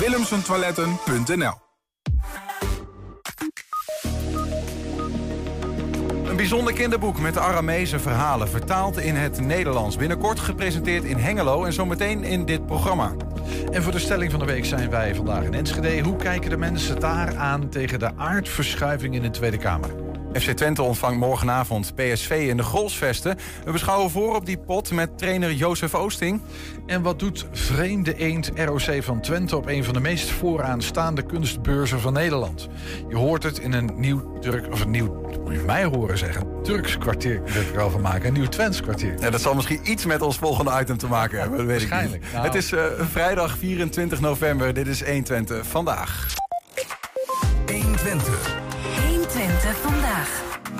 Willemsentoiletten.nl. Een bijzonder kinderboek met Aramese verhalen, vertaald in het Nederlands. Binnenkort gepresenteerd in Hengelo en zometeen in dit programma. En voor de stelling van de week zijn wij vandaag in Enschede. Hoe kijken de mensen daar aan tegen de aardverschuiving in de Tweede Kamer? FC Twente ontvangt morgenavond PSV in de Grolsvesten. We beschouwen voor op die pot met trainer Jozef Oosting. En wat doet vreemde eend ROC van Twente op een van de meest vooraanstaande kunstbeurzen van Nederland? Je hoort het in een nieuw moet je mij horen zeggen, Turks kwartier wil ik er al van maken, een nieuw Twents kwartier. Ja, dat zal misschien iets met ons volgende item te maken hebben, dat weet ik waarschijnlijk. niet. Nou. Het is vrijdag 24 november, dit is 120 vandaag. 120. 120 vandaag.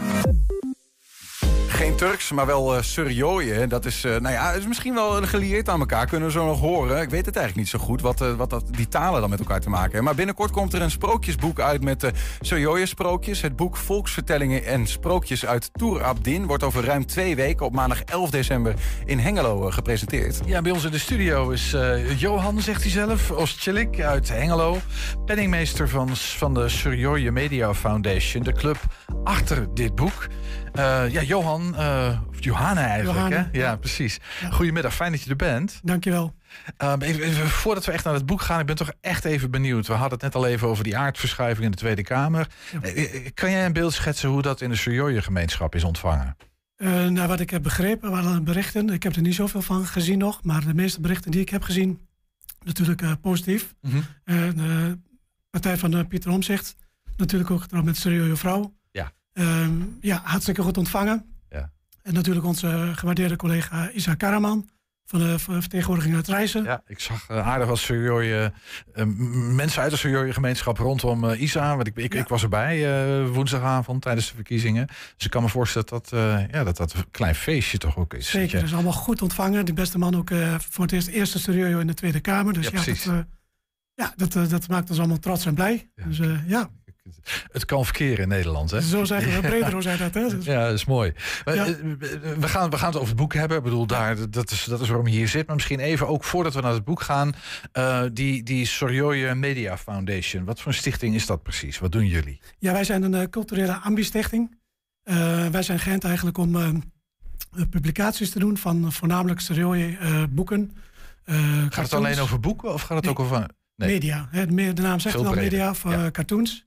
Geen Turks, maar wel Suryoye. Dat is, is misschien wel gelieerd aan elkaar. Kunnen we zo nog horen. Ik weet het eigenlijk niet zo goed wat die talen dan met elkaar te maken hebben. Maar binnenkort komt er een sprookjesboek uit met de Suryoye-sprookjes. Het boek Volksvertellingen en Sprookjes uit Tur Abdin wordt over ruim 2 weken op maandag 11 december in Hengelo gepresenteerd. Ja, bij ons in de studio is Johan, zegt hij zelf, Ostjelik uit Hengelo. Penningmeester van de Suryoye Media Foundation, de club achter dit boek. Johan, of Johanna eigenlijk, Johanna, hè? Ja, precies. Ja. Goedemiddag, fijn dat je er bent. Dankjewel. Even, voordat we echt naar het boek gaan, ik ben toch echt even benieuwd. We hadden het net al even over die aardverschuiving in de Tweede Kamer. Ja. Kan jij een beeld schetsen hoe dat in de Suryoye-gemeenschap is ontvangen? Wat ik heb begrepen, waren berichten. Ik heb er niet zoveel van gezien nog, maar de meeste berichten die ik heb gezien, natuurlijk positief. Mm-hmm. De partij van Pieter Omtzigt, natuurlijk ook getrouwd met Suryoye vrouw. Ja. Hartstikke goed ontvangen. Ja. En natuurlijk onze gewaardeerde collega Isa Karaman van de vertegenwoordiging uit Rijssen. Ja, ik zag aardig wat Suryoye, mensen uit de Suryoye-gemeenschap rondom Isa. Want ik was erbij woensdagavond tijdens de verkiezingen. Dus ik kan me voorstellen dat een klein feestje toch ook is. Zeker, dat is allemaal goed ontvangen. Die beste man ook voor het eerste Suryoye in de Tweede Kamer. Dus dat maakt ons allemaal trots en blij. Ja. Dus het kan verkeren in Nederland, hè? Zo zeggen we, Bredero zei dat, hè? Dus. Ja, dat is mooi. Ja. We gaan het over het boek hebben. Ik bedoel, dat is waarom je hier zit. Maar misschien even, ook voordat we naar het boek gaan, die Suryoye Media Foundation. Wat voor een stichting is dat precies? Wat doen jullie? Ja, wij zijn een culturele ambi-stichting. Wij zijn geënt eigenlijk om publicaties te doen van voornamelijk Suryoye boeken. Gaat het alleen over boeken of gaat het ook over... Nee. Media. De naam zegt het al, media, voor cartoons.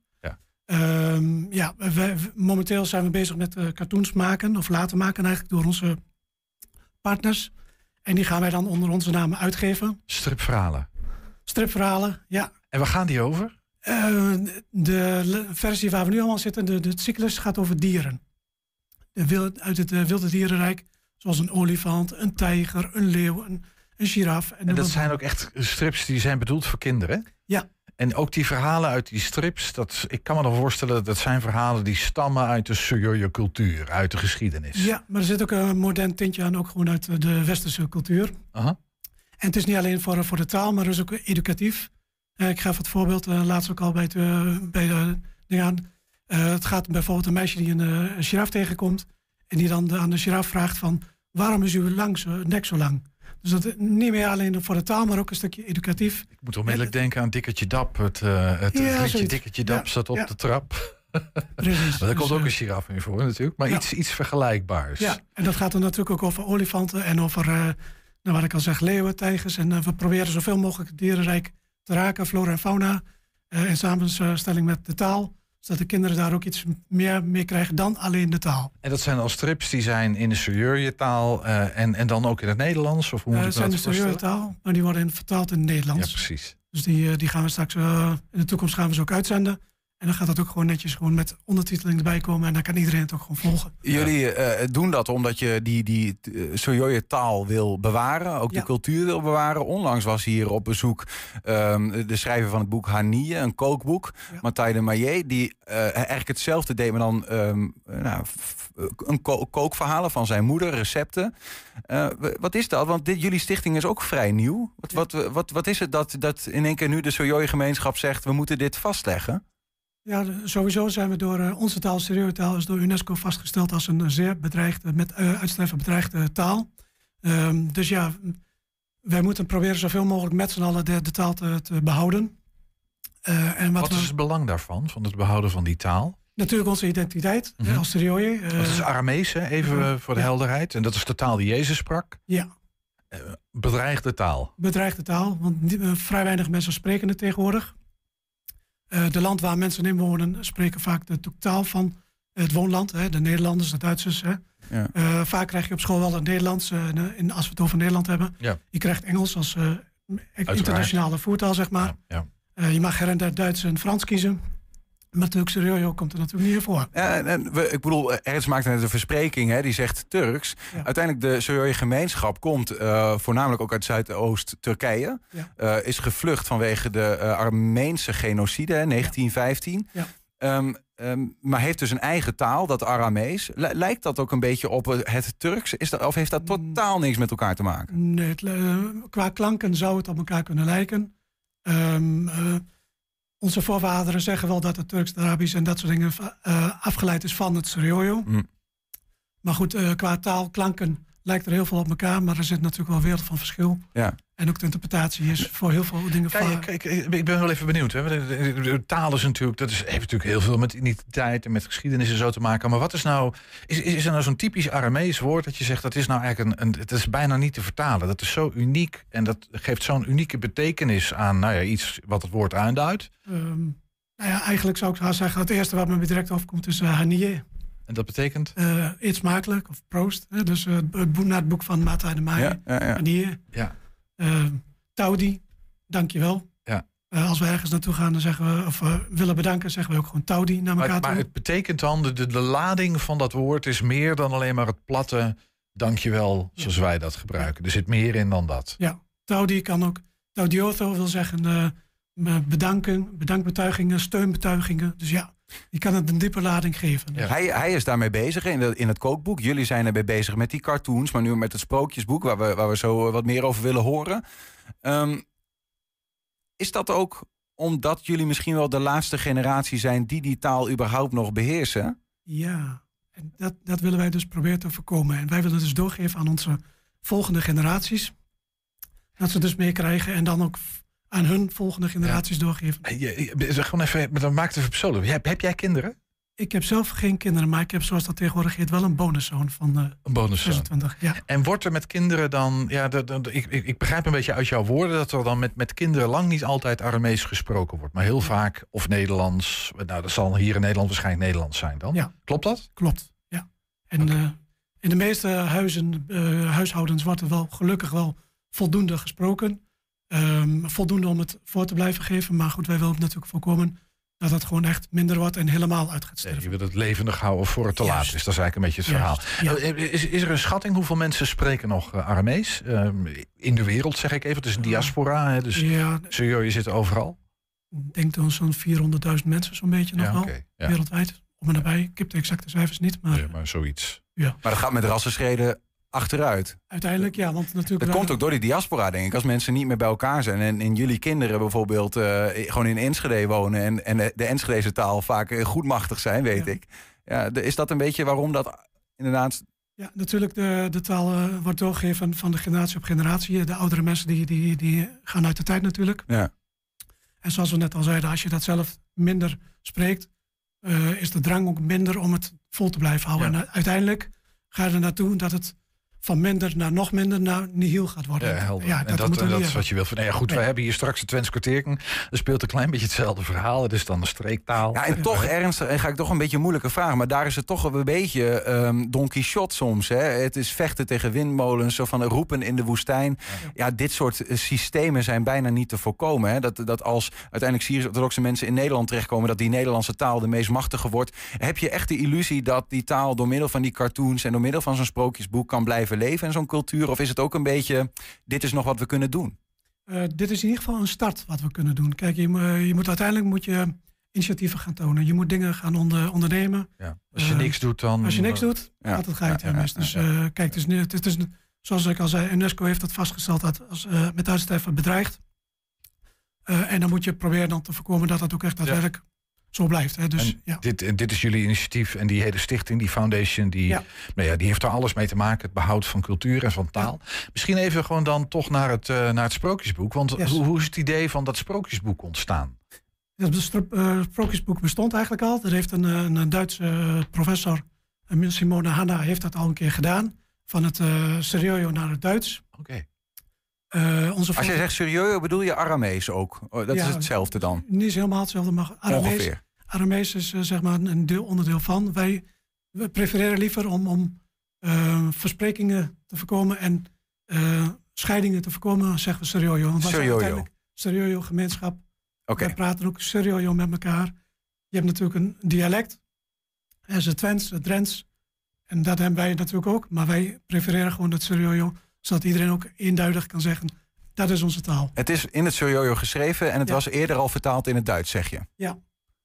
Momenteel zijn we bezig met cartoons maken, of laten maken eigenlijk door onze partners. En die gaan wij dan onder onze naam uitgeven. Stripverhalen, ja. En waar gaan die over? De versie waar we nu allemaal zitten, de cyclus gaat over dieren. Uit het wilde dierenrijk, zoals een olifant, een tijger, een leeuw, een giraf. En dat zijn ook echt strips die zijn bedoeld voor kinderen? Ja. En ook die verhalen uit die strips, ik kan me dan voorstellen, dat zijn verhalen die stammen uit de Suryoye cultuur, uit de geschiedenis. Ja, maar er zit ook een modern tintje aan, ook gewoon uit de westerse cultuur. Uh-huh. En het is niet alleen voor de taal, maar het is ook educatief. Ik gaf het voorbeeld laatst ook al bij de ding aan. Het gaat bijvoorbeeld een meisje die een giraf tegenkomt en die dan aan de giraf vraagt van, waarom is uw nek zo lang? Dus dat niet meer alleen voor de taal, maar ook een stukje educatief. Ik moet onmiddellijk denken aan Dikkertje Dap. Het liedje Dikkertje Dap staat op de trap. Precies. Maar daar komt ook een giraf in voor natuurlijk. Maar iets vergelijkbaars. Ja, en dat gaat dan natuurlijk ook over olifanten en over, wat ik al zeg, leeuwen, tijgers. En we proberen zoveel mogelijk het dierenrijk te raken, flora en fauna. In samenstelling met de taal. Zodat de kinderen daar ook iets meer mee krijgen dan alleen de taal. En dat zijn al strips die zijn in de Suryoye taal en dan ook in het Nederlands? Of hoe moet ik zijn dat de Suryoye taal, maar die worden vertaald in het Nederlands. Ja, precies. Dus die gaan we straks, in de toekomst gaan we ze ook uitzenden. En dan gaat dat ook gewoon netjes met ondertiteling erbij komen. En dan kan iedereen het ook gewoon volgen. Jullie doen dat omdat je die Suryoye taal wil bewaren. Ook de cultuur wil bewaren. Onlangs was hier op bezoek de schrijver van het boek Haniyeh, een kookboek. Ja. Matthij de Maillet, die eigenlijk hetzelfde deed, maar dan kookverhalen van zijn moeder, recepten. Wat is dat? Want jullie stichting is ook vrij nieuw. Wat is het dat in één keer nu de Suryoye gemeenschap zegt, we moeten dit vastleggen? Ja, sowieso zijn we door onze taal, Suryoye taal, is door UNESCO vastgesteld als een zeer bedreigde, met uitsterven bedreigde taal. Dus ja, wij moeten proberen zoveel mogelijk met z'n allen de taal te behouden. Wat is het belang daarvan, van het behouden van die taal? Natuurlijk onze identiteit als Serioje. Dat is Aramees, hè? Even voor de helderheid. En dat is de taal die Jezus sprak. Ja. Bedreigde taal. Bedreigde taal, want vrij weinig mensen spreken het tegenwoordig. De land waar mensen in wonen spreken vaak de taal van het woonland. De Nederlanders, de Duitsers. Ja. Vaak krijg je op school wel het Nederlands. Als we het over Nederland hebben. Ja. Je krijgt Engels als internationale voertaal, zeg maar. Ja. Je mag her en der Duits en Frans kiezen. Maar natuurlijk, Seriojo komt er natuurlijk niet in voor. Ja, ik bedoel, Ernst maakt net een verspreking, hè, die zegt Turks. Ja. Uiteindelijk, de Serioje gemeenschap komt voornamelijk ook uit Zuidoost-Turkije. Ja. Is gevlucht vanwege de Armeense genocide, 1915. Ja. Maar heeft dus een eigen taal, dat Aramees. Lijkt dat ook een beetje op het Turks? Of heeft dat totaal niks met elkaar te maken? Nee, qua klanken zou het op elkaar kunnen lijken. Onze voorvaderen zeggen wel dat het Turks, Arabisch en dat soort dingen afgeleid is van het Seriojo. Maar goed, qua taalklanken lijkt er heel veel op elkaar. Maar er zit natuurlijk wel wereld van verschil. Ja. En ook de interpretatie is voor heel veel dingen van... Kijk, ik ben wel even benieuwd. Hè? De taal is natuurlijk, heeft natuurlijk heel veel met identiteit en met geschiedenis en zo te maken. Maar wat is nou... Is er nou zo'n typisch Aramees woord dat je zegt, dat is nou eigenlijk het is bijna niet te vertalen. Dat is zo uniek en dat geeft zo'n unieke betekenis aan iets wat het woord aanduidt. Eigenlijk zou ik haast zeggen, het eerste wat me direct afkomt is haniye. En dat betekent? Eet smakelijk, of proost. Dus naar het boek van Mata de Maaien. Haniye. Ja. Taudi, dankjewel. Ja. Als we ergens naartoe gaan, dan zeggen we, of willen bedanken, zeggen we ook gewoon Taudi naar elkaar toe. Maar het betekent dan, de lading van dat woord is meer dan alleen maar het platte dankjewel, zoals wij dat gebruiken. Er zit meer in dan dat. Ja, Taudi kan ook, Taudioto wil zeggen bedanken, bedankbetuigingen, steunbetuigingen. Dus ja, je kan het een diepe lading geven. Ja. Hij is daarmee bezig in het kookboek. Jullie zijn ermee bezig met die cartoons, maar nu met het sprookjesboek, waar we zo wat meer over willen horen. Is dat ook omdat jullie misschien wel de laatste generatie zijn die taal überhaupt nog beheersen? Ja, en dat willen wij dus proberen te voorkomen. En wij willen dus doorgeven aan onze volgende generaties. Dat ze dus meekrijgen en dan ook aan hun volgende generaties doorgeven. Gewoon even, dan maak het even persoonlijk. Heb jij kinderen? Ik heb zelf geen kinderen, maar ik heb, zoals dat tegenwoordig heet, wel een bonuszoon van een 26. Ja. En wordt er met kinderen dan... Ja, ik begrijp een beetje uit jouw woorden dat er dan met kinderen lang niet altijd Aramees gesproken wordt. Maar heel vaak of Nederlands. Nou, dat zal hier in Nederland waarschijnlijk Nederlands zijn dan. Ja. Klopt dat? Klopt, ja. En in de meeste huishoudens wordt er wel gelukkig wel voldoende gesproken. Voldoende om het voor te blijven geven. Maar goed, wij willen natuurlijk voorkomen dat het gewoon echt minder wordt en helemaal uit gaat sterven. Je wilt het levendig houden voor het te laat is. Dat is eigenlijk een beetje het verhaal. Ja. Is er een schatting hoeveel mensen spreken nog Aramees? In de wereld, zeg ik even. Het is een diaspora. Hè? Dus je zit overal. Ik denk dan zo'n 400.000 mensen zo'n beetje nog wel. Wereldwijd. Om en nabij. Ik heb de exacte cijfers niet. Maar zoiets. Ja. Maar dat gaat met rassenschreden achteruit. Uiteindelijk, ja. Want natuurlijk dat komt ook door die diaspora, denk ik. Als mensen niet meer bij elkaar zijn en jullie kinderen bijvoorbeeld gewoon in Enschede wonen en de Enschedese taal vaak goed machtig zijn, weet ik. Ja, is dat een beetje waarom dat inderdaad... Ja, natuurlijk de taal wordt doorgegeven van de generatie op generatie. De oudere mensen die gaan uit de tijd natuurlijk. Ja. En zoals we net al zeiden, als je dat zelf minder spreekt, is de drang ook minder om het vol te blijven houden. Ja. En uiteindelijk ga je er naartoe dat het van minder naar nog minder naar nihil gaat worden. Ja, helder. Ja, dat is wat je wil. Wij hebben hier straks de Twentse kwartierking. Er speelt een klein beetje hetzelfde verhaal. Het is dan de streektaal. Ja, en toch, Ernst, ga ik toch een beetje een moeilijke vraag. Maar daar is het toch een beetje Don Quixote soms. Hè? Het is vechten tegen windmolens, zo van roepen in de woestijn. Ja, dit soort systemen zijn bijna niet te voorkomen. Hè? Dat als uiteindelijk Syrisch-orthodoxe mensen in Nederland terechtkomen, dat die Nederlandse taal de meest machtige wordt. Heb je echt de illusie dat die taal door middel van die cartoons en door middel van zo'n sprookjesboek kan blijven leven in zo'n cultuur? Of is het ook een beetje, dit is nog wat we kunnen doen? Dit is in ieder geval een start wat we kunnen doen. Kijk, uiteindelijk moet je initiatieven gaan tonen. Je moet dingen gaan ondernemen. Ja. Als je niks doet, dan... Als je niks doet, gaat het geheid mis. Dus kijk, het is zoals ik al zei, UNESCO heeft het vastgesteld dat als met uitsterven bedreigd. En dan moet je proberen dan te voorkomen dat dat ook echt daadwerkelijk zo blijft. Hè. Dus, dit is jullie initiatief en die hele stichting, die foundation, die heeft er alles mee te maken. Het behoud van cultuur en van taal. Ja. Misschien even gewoon dan toch naar het sprookjesboek. Want hoe is het idee van dat sprookjesboek ontstaan? Het sprookjesboek bestond eigenlijk al. Er heeft een Duitse professor, Simone Hanna, heeft dat al een keer gedaan. Van het Seriojo naar het Duits. Oké. Als je zegt Seriojo, bedoel je Aramees ook? Dat is hetzelfde dan? Niet is helemaal hetzelfde, maar Aramees is zeg maar een onderdeel van. We prefereren liever om versprekingen te voorkomen en scheidingen te voorkomen, zeggen we Seriojo. Want Seriojo. Seriojo gemeenschap. Okay. Wij praten ook Seriojo met elkaar. Je hebt natuurlijk een dialect. Er is het Twents, het Drents. En dat hebben wij natuurlijk ook. Maar wij prefereren gewoon het Seriojo, zodat iedereen ook eenduidig kan zeggen, dat is onze taal. Het is in het Seriojo geschreven en het was eerder al vertaald in het Duits, zeg je? Ja.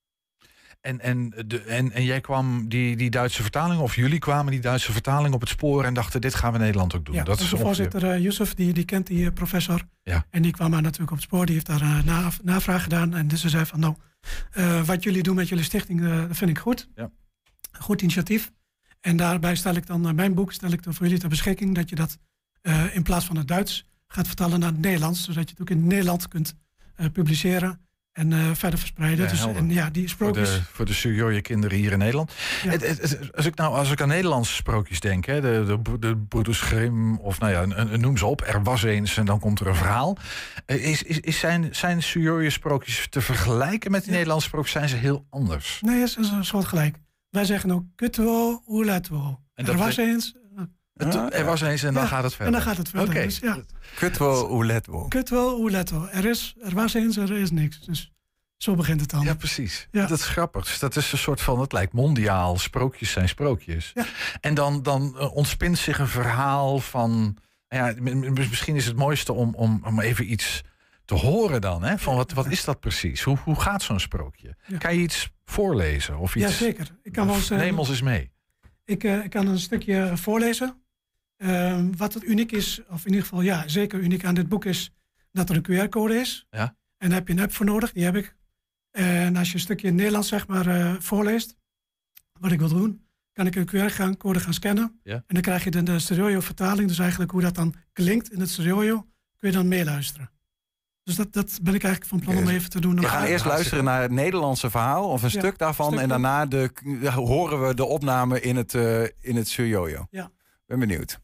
En jij kwam die Duitse vertaling, of jullie kwamen die Duitse vertaling op het spoor en dachten, dit gaan we in Nederland ook doen. Ja, dat is onze voorzitter Yusuf, die kent die professor. Ja. En die kwam daar natuurlijk op het spoor. Die heeft daar navraag gedaan. En dus ze zei van, wat jullie doen met jullie stichting, dat vind ik goed. Ja. Goed initiatief. En daarbij stel ik dan mijn boek voor jullie ter beschikking. Dat je dat in plaats van het Duits gaat vertalen naar het Nederlands. Zodat je het ook in het Nederlands kunt publiceren. En verder verspreiden. Ja, die sprookjes. Voor de Seriojo kinderen hier in Nederland. Ja. Als ik aan Nederlandse sprookjes denk, hè, de Broeders Grimm, of noem ze op, er was eens en dan komt er een verhaal. Zijn Seriojo sprookjes te vergelijken met die Nederlandse sprookjes? Zijn ze heel anders? Nee, het is een soort gelijk. Wij zeggen ook kutwo, oeletwo. Er was eens. Er was eens en dan gaat het verder. En dan gaat het verder. Okay. Dus, ja. Kutwo oeletwo. Kutwo oeletwo. Er was eens, er is niks. Dus zo begint het dan. Ja, precies. Ja. Dat is grappig. Dus dat is een soort van, het lijkt mondiaal. Sprookjes zijn sprookjes. Ja. En dan ontspint zich een verhaal van, misschien is het mooiste om even iets te horen dan. Hè? Van wat is dat precies? Hoe gaat zo'n sprookje? Ja. Kan je iets voorlezen? Of iets? Ja, zeker. Ik kan wel eens, neem ons eens mee. Ik kan een stukje voorlezen. Wat het uniek is, of in ieder geval zeker uniek aan dit boek is, dat er een QR-code is. Ja. En daar heb je een app voor nodig, die heb ik. En als je een stukje Nederlands voorleest, wat ik wil doen, kan ik een QR-code gaan scannen. Ja. En dan krijg je de Seriojo-vertaling, dus eigenlijk hoe dat dan klinkt in het Seriojo, kun je dan meeluisteren. Dus dat ben ik eigenlijk van plan om even te doen. We gaan eerst luisteren naar het Nederlandse verhaal, of een stuk daarvan. En daarna horen we de opname in het Seriojo. Ja. Ben benieuwd.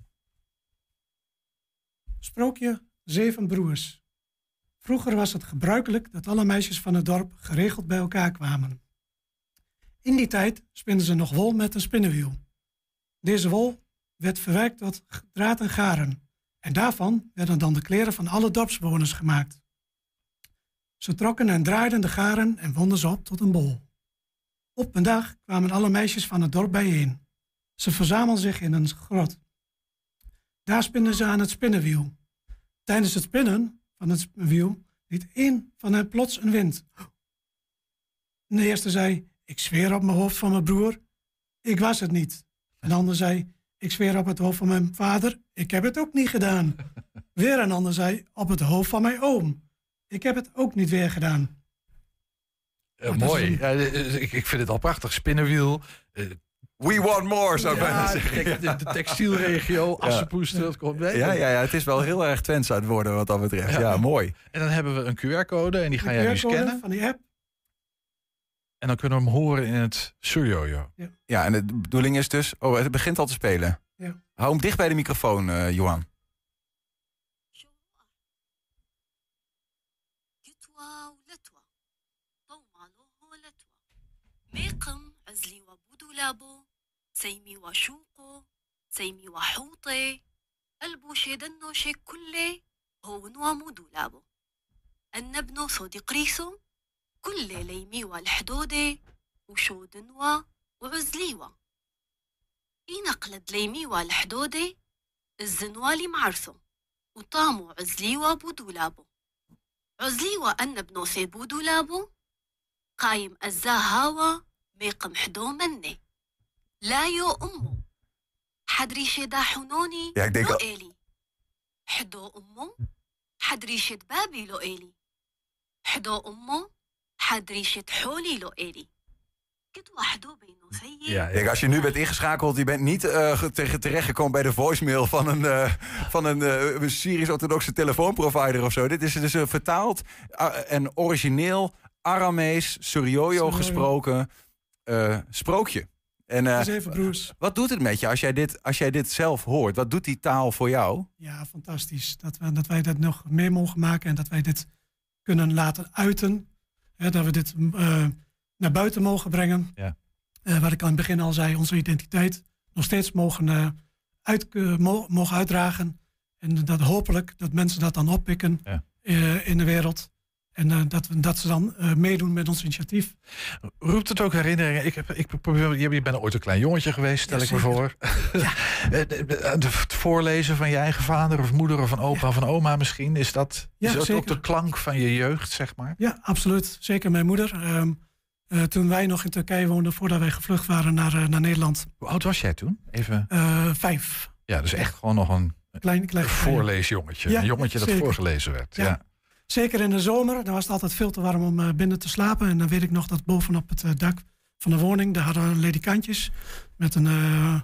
Sprookje 7 broers. Vroeger was het gebruikelijk dat alle meisjes van het dorp geregeld bij elkaar kwamen. In die tijd spinnen ze nog wol met een spinnenwiel. Deze wol werd verwerkt tot draad en garen. En daarvan werden dan de kleren van alle dorpsbewoners gemaakt. Ze trokken en draaiden de garen en wonden ze op tot een bol. Op een dag kwamen alle meisjes van het dorp bijeen. Ze verzamelden zich in een grot. Daar spinnen ze aan het spinnenwiel. Tijdens het spinnen van het wiel liet één van hen plots een wind. De eerste zei, ik zweer op mijn hoofd van mijn broer, ik was het niet. En de ander zei, ik zweer op het hoofd van mijn vader, ik heb het ook niet gedaan. Weer een ander zei, op het hoofd van mijn oom, ik heb het ook niet weer gedaan. Mooi. Ik vind het al prachtig. Spinnenwiel. We want more, zou ik bijna zeggen. De textielregio, Assenpoest, dat komt mee. Ja, het is wel heel erg Twents uit worden wat dat betreft. Ja, mooi. En dan hebben we een QR-code en die ga jij nu scannen. Van die app. En dan kunnen we hem horen in het Seriojo. Ja, en de bedoeling is dus... Oh, het begint al te spelen. Ja. Hou hem dicht bij de microfoon, Johan. سيمي وشوقه سيمي وحوطي قلبو شدنو شيك كله هو نوامو دولابو النبنو صودي قريسو كل ليمي والحدودة وشودنوا وعزليوا ينقلد ليمي والحدودة الزنوالي معرثو وطامو عزليوا بودولابو عزليوا النبنو ثيبو دولابو قايم أزاهاوا ميقم حدو مني لا يو أمو حدريشة دا حنوني لو إلي حدو أمو حدريشة بابي لو إلي حدو أمو حدريشة حولي لو إلي كت وحدو بينو سيء. Ja, kijk, als je nu bent ingeschakeld, je bent niet terechtgekomen bij de voicemail van een Syrisch-orthodoxe telefoonprovider of zo. Dit is dus vertaald en origineel Aramees, Suryoyo gesproken sprookje. En 7 broers. wat doet het met je als jij dit zelf hoort? Wat doet die taal voor jou? Ja, fantastisch. Dat wij dat nog mee mogen maken en dat wij dit kunnen laten uiten. Dat we dit naar buiten mogen brengen. Ja. Wat ik aan het begin al zei, onze identiteit nog steeds mogen uitdragen. En dat hopelijk dat mensen dat dan oppikken in de wereld. En dat ze dan meedoen met ons initiatief. Roept het ook herinneringen? Je bent ooit een klein jongetje geweest, stel ik me voor. Ja. Het voorlezen van je eigen vader of moeder of van opa of van oma misschien. Is dat ook de klank van je jeugd, zeg maar? Ja, absoluut. Zeker mijn moeder. Toen wij nog in Turkije woonden, voordat wij gevlucht waren naar Nederland. Hoe oud was jij toen? 5. Ja, dus echt gewoon nog een klein voorleesjongetje. Ja, een jongetje dat zeker. voorgelezen werd. Ja. Ja. Zeker in de zomer, dan was het altijd veel te warm om binnen te slapen. En dan weet ik nog dat bovenop het dak van de woning, daar hadden we ledikantjes met een,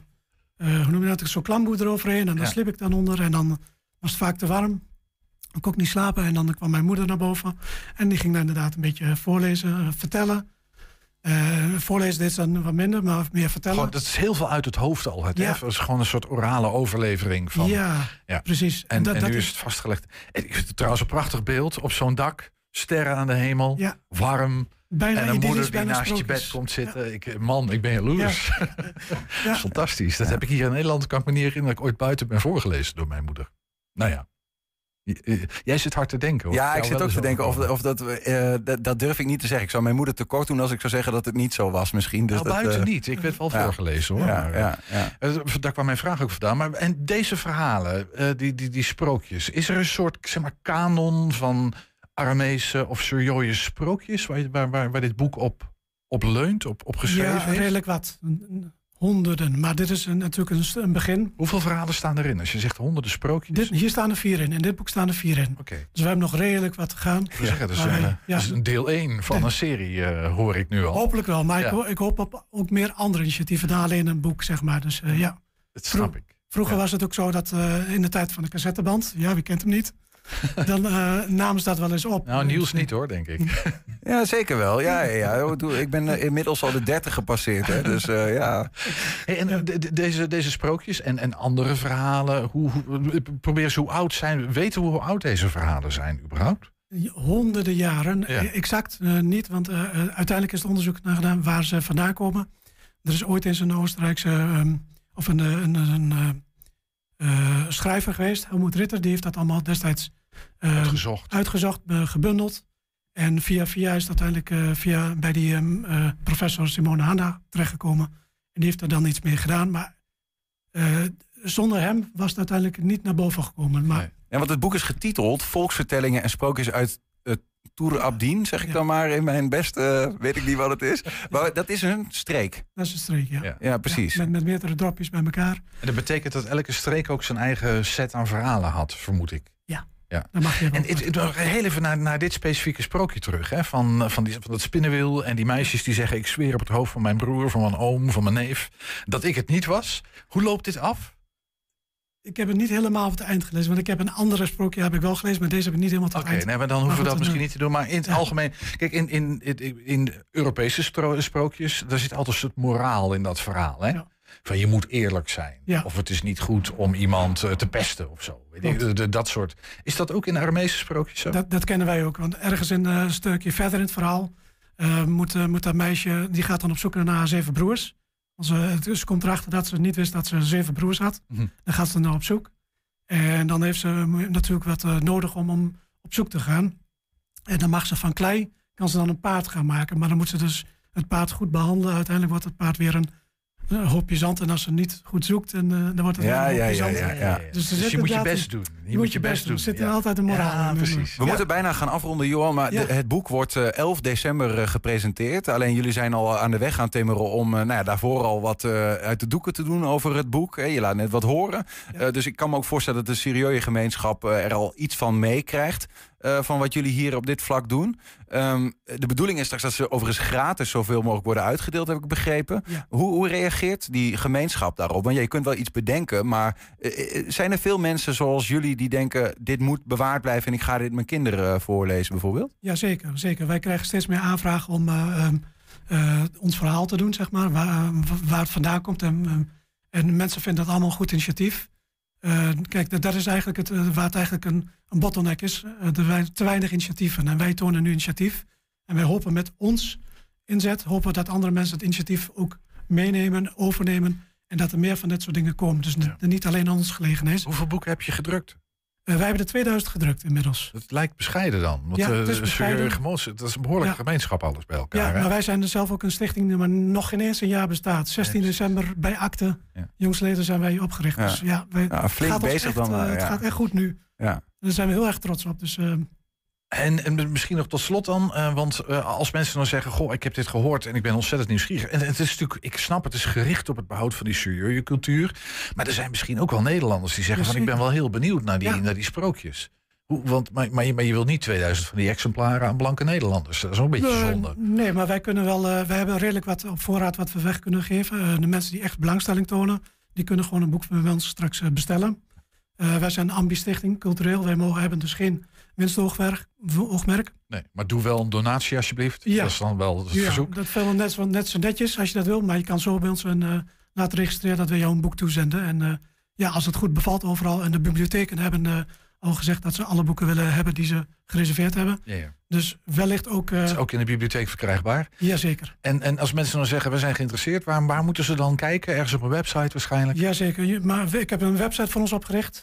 hoe noem je dat, zo'n klamboe eroverheen. En daar sliep ik dan onder en dan was het vaak te warm. Dan kon ik niet slapen en dan kwam mijn moeder naar boven. En die ging dan inderdaad een beetje voorlezen, vertellen. Voorlezen deed ze dan wat minder, maar meer vertellen. Gewoon, dat is heel veel uit het hoofd al. Het Ja. dat is gewoon een soort orale overlevering van. Ja, precies. En dat nu is het vastgelegd. Ik vind het trouwens een prachtig beeld. Op zo'n dak, sterren aan de hemel, Ja. warm. bijna En een idyllisch, moeder die bijna naast je sprookjes. bed komt zitten. Ik ben jaloers. Ja. Dat is fantastisch. Dat heb ik hier in Nederland, kan ik me niet herinneren, dat ik ooit buiten ben voorgelezen door mijn moeder. Nou ja. Jij zit hard te denken. Hoor. Ja, ik zit ook te denken of dat durf ik niet te zeggen. Ik zou mijn moeder tekort doen als ik zou zeggen dat het niet zo was misschien. Dus nou, buiten niet. Ik werd wel voorgelezen hoor. Daar kwam mijn vraag ook vandaan. Maar, en deze verhalen, die sprookjes. Is er een soort zeg maar, kanon van Aramese of Suryoje sprookjes waar dit boek op leunt, op geschreven Ja, is? redelijk wat. Honderden. Maar dit is natuurlijk een begin. Hoeveel verhalen staan erin? Als je zegt honderden sprookjes. Hier staan er 4 in. In dit boek staan er 4 in. Oké. Dus we hebben nog redelijk wat te gaan. Ik wil zeggen, dat Maar, is een deel 1 van een serie, hoor ik nu al. Hopelijk wel. Maar Ja. ik hoop op ook meer andere initiatieven dan alleen een boek, zeg maar. Dus ja. Dat snap ik. Vroeger was het ook zo dat in de tijd van de cassetteband, ja, wie kent hem niet, dan namen ze dat wel eens op. Nou, Niels niet hoor, denk ik. Ja, zeker wel. Ja. Ik ben inmiddels al de 30 gepasseerd. Hè, dus ja. Hey, en deze sprookjes en andere verhalen, probeer ze hoe oud zijn. Weten we hoe oud deze verhalen zijn überhaupt? Honderden jaren. Ja. Exact niet, want uiteindelijk is het onderzoek naar gedaan waar ze vandaan komen. Er is ooit eens een Oostenrijkse of een schrijver geweest, Helmut Ritter, die heeft dat allemaal destijds uitgezocht, gebundeld. En via is het uiteindelijk bij die professor Simone Hanna terechtgekomen. En die heeft er dan iets mee gedaan. Maar zonder hem was het uiteindelijk niet naar boven gekomen. Maar, Nee. Ja, want het boek is getiteld Volksvertellingen en sprookjes uit Tour Abdin, zeg ik dan maar in mijn beste, weet ik niet wat het is. Maar dat is een streek. dat is een streek, ja. Ja. Ja, precies. Ja, met meerdere dropjes bij elkaar. En dat betekent dat elke streek ook zijn eigen set aan verhalen had, vermoed ik. Dan mag je wel. En heel even naar dit specifieke sprookje terug. Hè? Van dat spinnenwiel en die meisjes die zeggen... ik zweer op het hoofd van mijn broer, van mijn oom, van mijn neef... dat ik het niet was. Hoe loopt dit af? Ik heb het niet helemaal op het eind gelezen. Want ik heb een andere sprookje heb ik wel gelezen. Maar deze heb ik niet helemaal tot het eind. Nee, maar dan hoeven we goed, dat misschien dan, niet te doen. Maar in het algemeen... Kijk, in Europese sprookjes... daar zit altijd een soort moraal in dat verhaal. Hè? Ja. Van je moet eerlijk zijn. Ja. Of het is niet goed om iemand te pesten of zo. Weet je, dat soort. Is dat ook in Aramese sprookjes zo? Dat kennen wij ook. Want ergens een stukje verder in het verhaal... moet dat meisje... die gaat dan op zoek naar haar 7 broers. Ze komt erachter dat ze niet wist dat ze 7 broers had. Mm-hmm. Dan gaat ze dan op zoek. En dan heeft ze natuurlijk wat nodig om op zoek te gaan. En dan mag ze van klei... kan ze dan een paard gaan maken. Maar dan moet ze dus het paard goed behandelen. Uiteindelijk wordt het paard weer een hoopje zand. En als ze niet goed zoekt, dan wordt het weer een hoopje zand. Dus je moet je best doen. Je moet je best doen. Er zit er altijd een moraal in. Precies. We moeten bijna gaan afronden, Johan. Maar het boek wordt 11 december gepresenteerd. Alleen jullie zijn al aan de weg gaan timmeren om daarvoor al wat uit de doeken te doen over het boek. Je laat net wat horen. Ja. Dus ik kan me ook voorstellen dat de serieuze gemeenschap er al iets van meekrijgt. Van wat jullie hier op dit vlak doen. De bedoeling is straks dat ze overigens gratis zoveel mogelijk worden uitgedeeld, heb ik begrepen. Ja. Hoe reageert die gemeenschap daarop? Want je kunt wel iets bedenken, maar zijn er veel mensen zoals jullie die denken... dit moet bewaard blijven en ik ga dit mijn kinderen voorlezen bijvoorbeeld? Ja, zeker, zeker. Wij krijgen steeds meer aanvragen om ons verhaal te doen, zeg maar. Waar het vandaan komt. En mensen vinden dat allemaal een goed initiatief. Kijk, dat is eigenlijk waar het eigenlijk een bottleneck is. Te weinig initiatieven. En wij tonen nu initiatief. En wij hopen met ons inzet... hopen dat andere mensen het initiatief ook meenemen, overnemen... en dat er meer van dit soort dingen komen. Dus niet alleen aan ons gelegen is. Hoeveel boeken heb je gedrukt? Wij hebben er 2000 gedrukt inmiddels. Het lijkt bescheiden dan. Want het is bescheiden. Dat is een behoorlijke gemeenschap alles bij elkaar. Ja, hè? maar wij zijn er zelf ook een stichting... die maar nog geen eens een jaar bestaat. 16 december bij Akte. Ja. Jongsleden zijn wij opgericht. Ja. Dus flink bezig dan. Het gaat echt goed nu. Ja. Daar zijn we heel erg trots op. Dus... En misschien nog tot slot dan, want als mensen dan zeggen... goh, ik heb dit gehoord en ik ben ontzettend nieuwsgierig. En het is natuurlijk, ik snap, het is gericht op het behoud van die serieuze cultuur. Maar er zijn misschien ook wel Nederlanders die zeggen... van ik ben wel heel benieuwd naar die sprookjes. Maar je wilt niet 2000 van die exemplaren aan blanke Nederlanders. Dat is ook een beetje zonde. Nee, maar wij kunnen wel... wij hebben redelijk wat op voorraad wat we weg kunnen geven. De mensen die echt belangstelling tonen... die kunnen gewoon een boek bij ons straks bestellen. Wij zijn een ambi-stichting, cultureel. Wij hebben dus geen winstoogmerk. Nee, maar doe wel een donatie alsjeblieft. Ja. Dat is dan wel het verzoek. Dat is net zo netjes als je dat wil. Maar je kan zo bij ons laten registreren dat we jou een boek toezenden. En als het goed bevalt overal. En de bibliotheken hebben al gezegd dat ze alle boeken willen hebben die ze gereserveerd hebben. Ja. Dus wellicht ook... Het is ook in de bibliotheek verkrijgbaar. Jazeker. En als mensen dan zeggen, we zijn geïnteresseerd, waar moeten ze dan kijken? Ergens op een website waarschijnlijk? Jazeker. Maar ik heb een website van ons opgericht.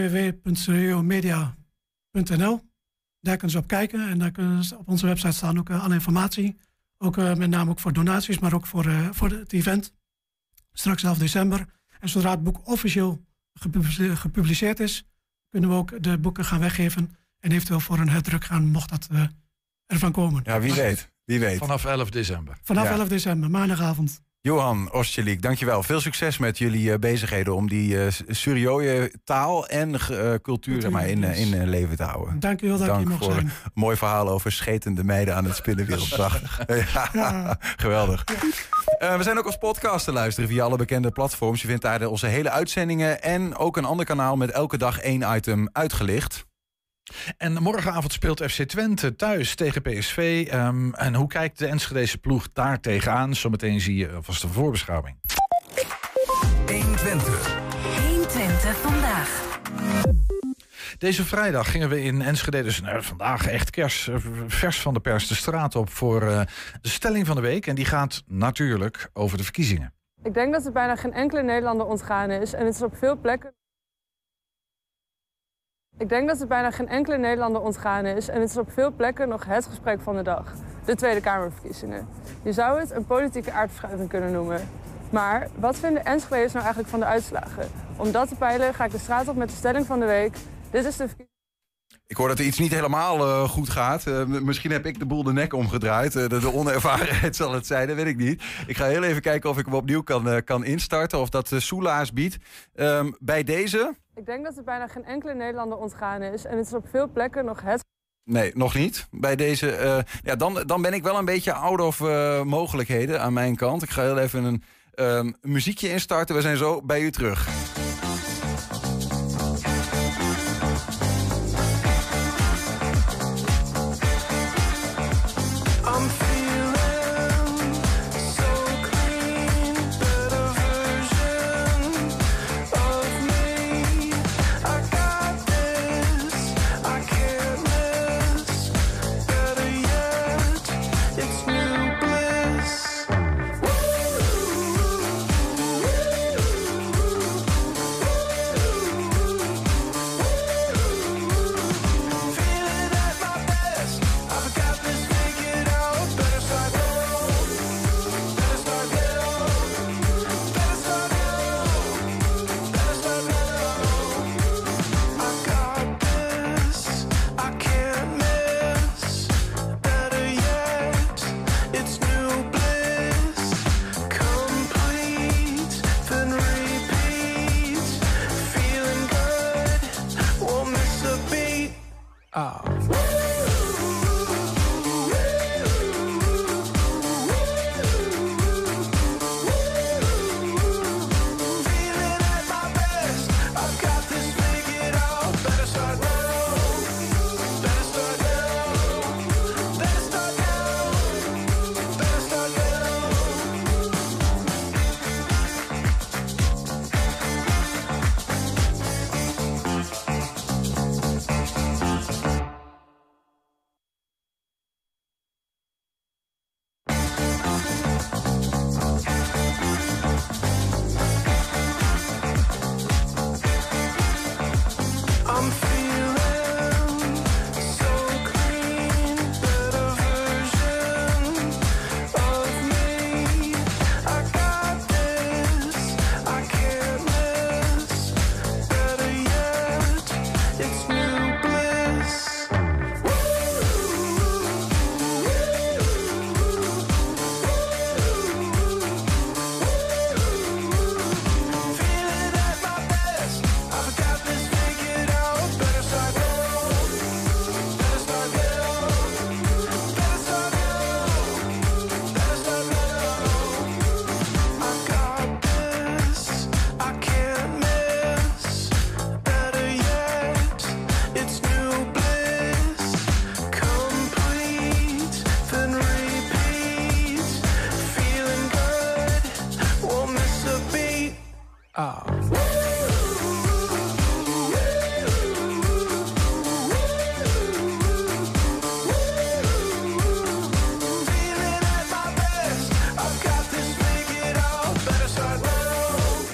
www.seriomedia.nl. Daar kunnen ze op kijken. En daar kunnen ze op onze website staan ook alle informatie. Ook met name ook voor donaties, maar ook voor het event. Straks 11 december. En zodra het boek officieel gepubliceerd is... kunnen we ook de boeken gaan weggeven... en eventueel voor een herdruk gaan, mocht dat ervan komen. Ja, wie weet. Vanaf 11 december. Vanaf 11 december, maandagavond. Johan Ostjelik, dankjewel. Veel succes met jullie bezigheden om die Surioje taal en cultuur in leven te houden. Dank u wel dat je mocht zijn. Dank voor een mooi verhaal over schetende meiden aan het spinnenwiel. Prachtig. Ja. Geweldig. We zijn ook als podcast te luisteren via alle bekende platforms. Je vindt daar onze hele uitzendingen en ook een ander kanaal met elke dag 1 item uitgelicht. En morgenavond speelt FC Twente thuis tegen PSV. En hoe kijkt de Enschedese ploeg daar tegenaan? Zometeen zie je alvast een voorbeschouwing. 120 vandaag. Deze vrijdag gingen we in Enschede, dus vandaag echt vers van de pers, de straat op voor de stelling van de week. En die gaat natuurlijk over de verkiezingen. Ik denk dat het bijna geen enkele Nederlander ontgaan is. En het is op veel plekken... Ik denk dat het bijna geen enkele Nederlander ontgaan is en het is op veel plekken nog het gesprek van de dag. De Tweede Kamerverkiezingen. Je zou het een politieke aardverschuiving kunnen noemen. Maar wat vinden Enschede'ers nou eigenlijk van de uitslagen? Om dat te peilen ga ik de straat op met de stelling van de week. Dit is de verkiezing. Ik hoor dat er iets niet helemaal goed gaat. Misschien heb ik de boel de nek omgedraaid. De onervarenheid zal het zijn, dat weet ik niet. Ik ga heel even kijken of ik hem opnieuw kan instarten. Of dat soelaas biedt. Bij deze... Ik denk dat het bijna geen enkele Nederlander ontgaan is. En het is op veel plekken nog het... Nee, nog niet. Bij deze... dan ben ik wel een beetje out of mogelijkheden aan mijn kant. Ik ga heel even een muziekje instarten. We zijn zo bij u terug.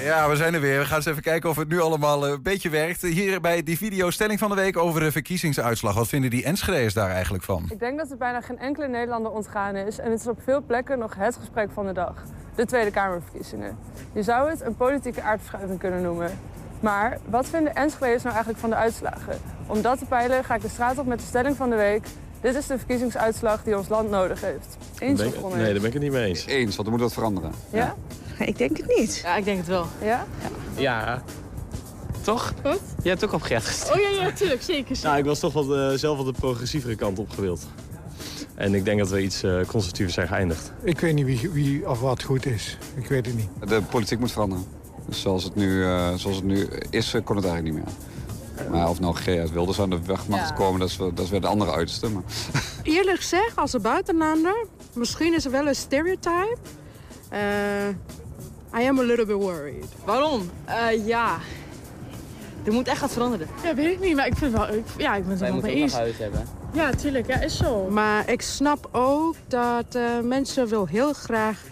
Ja, we zijn er weer. We gaan eens even kijken of het nu allemaal een beetje werkt. Hier bij die video stelling van de week over de verkiezingsuitslag. Wat vinden die Enschede'ers daar eigenlijk van? Ik denk dat het bijna geen enkele Nederlander ontgaan is. En het is op veel plekken nog het gesprek van de dag. De Tweede Kamerverkiezingen. Je zou het een politieke aardverschuiving kunnen noemen. Maar wat vinden Enschede'ers nou eigenlijk van de uitslagen? Om dat te peilen ga ik de straat op met de stelling van de week. Dit is de verkiezingsuitslag die ons land nodig heeft. Eens of oneens? Nee, daar ben ik het niet mee eens. Eens, want er moet wat veranderen. Ja? Ik denk het niet. Ja, ik denk het wel. Ja? Ja. Toch? Wat? Jij hebt ook op Gert gestemd. Oh ja, tuurlijk, zeker. Nou, ik was toch wel zelf wel de progressievere kant opgewild. En ik denk dat we iets conservatiever zijn geëindigd. Ik weet niet wie of wat goed is. Ik weet het niet. De politiek moet veranderen. Dus zoals het nu is, kon het eigenlijk niet meer. Maar of nou Geert Wilders aan de weg mag komen, dat is weer de andere uiterste. Maar. Eerlijk gezegd, als een buitenlander, misschien is er wel een stereotype. I am a little bit worried. Waarom? Ja. Er moet echt wat veranderen. Ja, weet ik niet, maar ik vind wel... ik ben het er wel mee eens. huis hebben. Ja, tuurlijk, ja, is zo. Maar ik snap ook dat mensen wil heel graag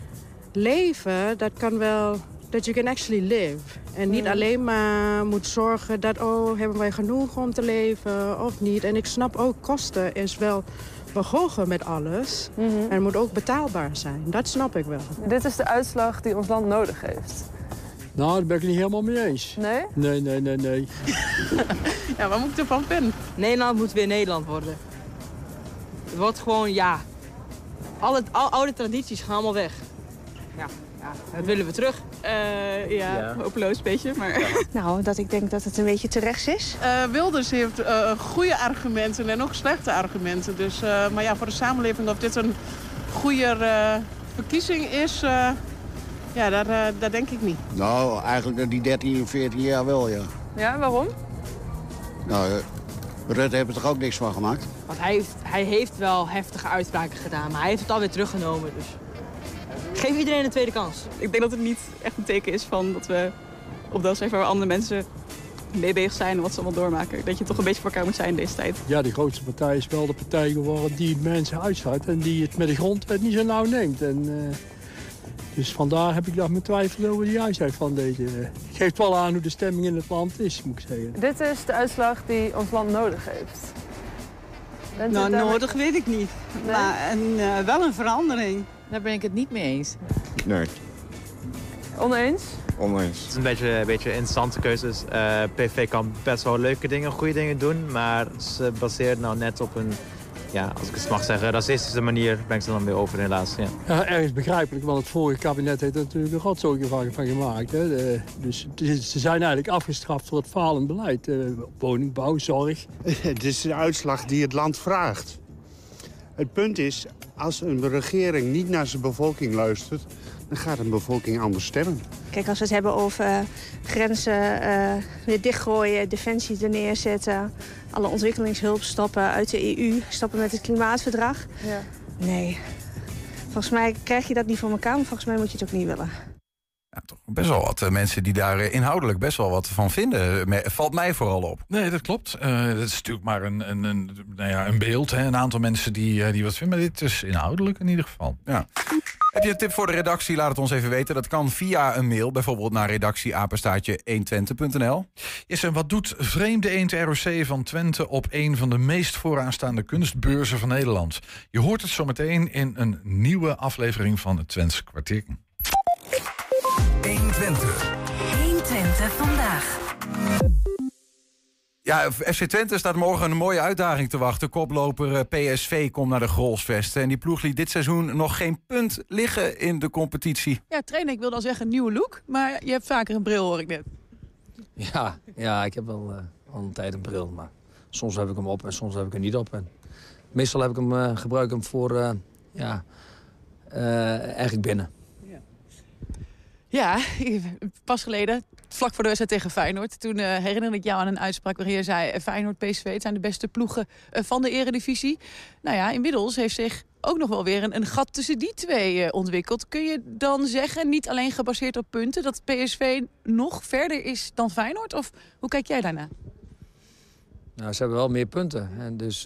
leven. Dat kan wel... that you can actually live. En niet alleen maar moet zorgen dat... hebben wij genoeg om te leven of niet. En ik snap ook, kosten is wel behogen met alles. En het moet ook betaalbaar zijn. Dat snap ik wel. Dit is de uitslag die ons land nodig heeft. Nou, daar ben ik het niet helemaal mee eens. Nee? Nee. Ja, waar moet ik ervan vinden? Nederland moet weer Nederland worden. Het wordt gewoon, alle oude tradities gaan allemaal weg. Ja, dat willen we terug. Ja, hopeloos een beetje, maar... Nou, dat ik denk dat het een beetje terecht is. Wilders heeft goede argumenten en ook slechte argumenten. Dus, maar ja, voor de samenleving of dit een goede verkiezing is... daar denk ik niet. Nou, eigenlijk die 13, 14 jaar wel, ja. Ja, waarom? Nou, Rutte heeft er toch ook niks van gemaakt? Want hij heeft wel heftige uitspraken gedaan, maar hij heeft het alweer teruggenomen. Dus geef iedereen een tweede kans. Ik denk dat het niet echt een teken is van dat we op dat zijn waar andere mensen mee bezig zijn en wat ze allemaal doormaken. Dat je toch een beetje voor elkaar moet zijn in deze tijd. Ja, die grootste partij is wel de partij geworden die mensen uitsluit en die het met de grondwet niet zo nauw neemt. Dus vandaar heb ik daar mijn twijfel over de juistheid van deze. Geeft wel aan hoe de stemming in het land is, moet ik zeggen. Dit is de uitslag die ons land nodig heeft. Nou, nodig weet ik niet. Nee? Maar wel een verandering. Daar ben ik het niet mee eens. Nee. Oneens? Oneens. Het is een beetje interessante keuzes. PV kan best wel leuke dingen, goede dingen doen. Maar ze baseert nou net op een, als ik het mag zeggen, racistische manier. Ben ik ze dan weer over helaas. Ja, ergens begrijpelijk, want het vorige kabinet heeft er natuurlijk een rotzooi van gemaakt. Hè. Dus ze zijn eigenlijk afgestraft voor het falend beleid. Woningbouw, zorg. Het is een uitslag die het land vraagt. Het punt is, als een regering niet naar zijn bevolking luistert... dan gaat een bevolking anders stemmen. Kijk, als we het hebben over grenzen weer dichtgooien, defensie er neerzetten... alle ontwikkelingshulp stoppen uit de EU, stoppen met het klimaatverdrag. Ja. Nee, volgens mij krijg je dat niet voor elkaar, maar volgens mij moet je het ook niet willen. Ja, toch best wel wat mensen die daar inhoudelijk best wel wat van vinden. Valt mij vooral op. Nee, dat klopt. Dat is natuurlijk maar een beeld. Hè? Een aantal mensen die wat vinden. Maar dit is inhoudelijk in ieder geval. Ja. Heb je een tip voor de redactie? Laat het ons even weten. Dat kan via een mail. Bijvoorbeeld naar redactie@120.nl. Yes, en wat doet Vreemde Eend ROC van Twente op een van de meest vooraanstaande kunstbeurzen van Nederland? Je hoort het zometeen in een nieuwe aflevering van het Twents Kwartier. 120. 120 vandaag. Ja, FC Twente staat morgen een mooie uitdaging te wachten. Koploper PSV komt naar de Grolsvesten. En die ploeg liet dit seizoen nog geen punt liggen in de competitie. Ja, trainer, ik wil dan zeggen nieuwe look, maar je hebt vaker een bril, hoor ik net. Ja, ik heb wel al een tijd een bril, maar soms heb ik hem op en soms heb ik hem niet op. En meestal heb ik hem, gebruik ik hem voor, eigenlijk binnen. Ja, pas geleden, vlak voor de wedstrijd tegen Feyenoord... toen herinnerde ik jou aan een uitspraak waarin je zei... Feyenoord, PSV, het zijn de beste ploegen van de eredivisie. Nou ja, inmiddels heeft zich ook nog wel weer een gat tussen die twee ontwikkeld. Kun je dan zeggen, niet alleen gebaseerd op punten... dat PSV nog verder is dan Feyenoord? Of hoe kijk jij daarna? Nou, ze hebben wel meer punten. En dus,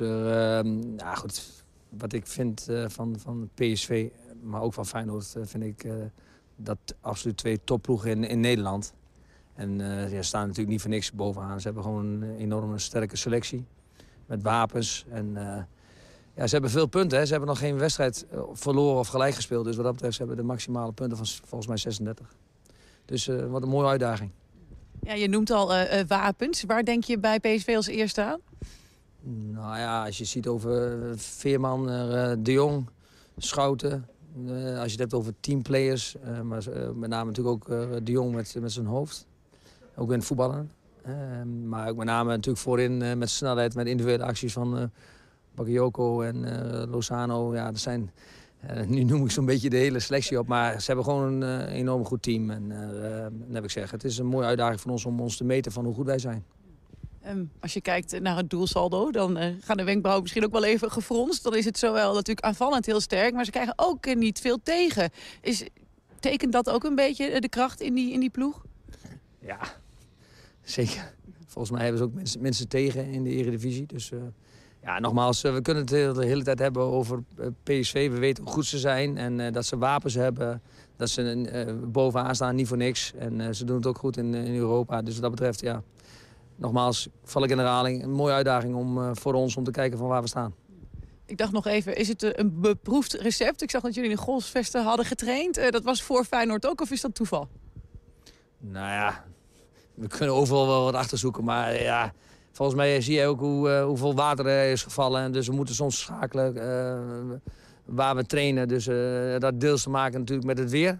goed, wat ik vind van PSV, maar ook van Feyenoord... vind ik dat absoluut 2 topploegen in Nederland. En ze staan natuurlijk niet voor niks bovenaan. Ze hebben gewoon een enorme sterke selectie. Met wapens. En ze hebben veel punten. Hè. Ze hebben nog geen wedstrijd verloren of gelijk gespeeld. Dus wat dat betreft, ze hebben de maximale punten van volgens mij 36. Dus wat een mooie uitdaging. Ja, je noemt al wapens. Waar denk je bij PSV als eerste aan? Nou ja, als je ziet over Veerman, De Jong, Schouten. Als je het hebt over teamplayers. Maar met name natuurlijk ook De Jong met zijn hoofd. Ook in het voetballen. Maar ook met name natuurlijk voorin met snelheid, met individuele acties van Bakayoko en Lozano. Ja, dat zijn, nu noem ik zo'n beetje de hele selectie op. Maar ze hebben gewoon een enorm goed team. En dan heb ik gezegd, het is een mooie uitdaging van ons om ons te meten van hoe goed wij zijn. Als je kijkt naar het doelsaldo, dan gaan de wenkbrauwen misschien ook wel even gefronst. Dan is het zowel natuurlijk aanvallend heel sterk, maar ze krijgen ook niet veel tegen. Tekent dat ook een beetje de kracht in die ploeg? Ja, zeker. Volgens mij hebben ze ook mensen tegen in de Eredivisie. Dus nogmaals, we kunnen het de hele tijd hebben over PSV. We weten hoe goed ze zijn en dat ze wapens hebben. Dat ze bovenaan staan, niet voor niks. En ze doen het ook goed in Europa. Dus wat dat betreft, ja. Nogmaals, val ik in herhaling. Een mooie uitdaging voor ons om te kijken van waar we staan. Ik dacht nog even, is het een beproefd recept? Ik zag dat jullie in Golsvesten hadden getraind. Dat was voor Feyenoord ook, of is dat toeval? Nou ja, we kunnen overal wel wat achterzoeken. Maar ja, volgens mij zie je ook hoeveel water er is gevallen. Dus we moeten soms schakelen waar we trainen. Dus dat deels te maken natuurlijk met het weer.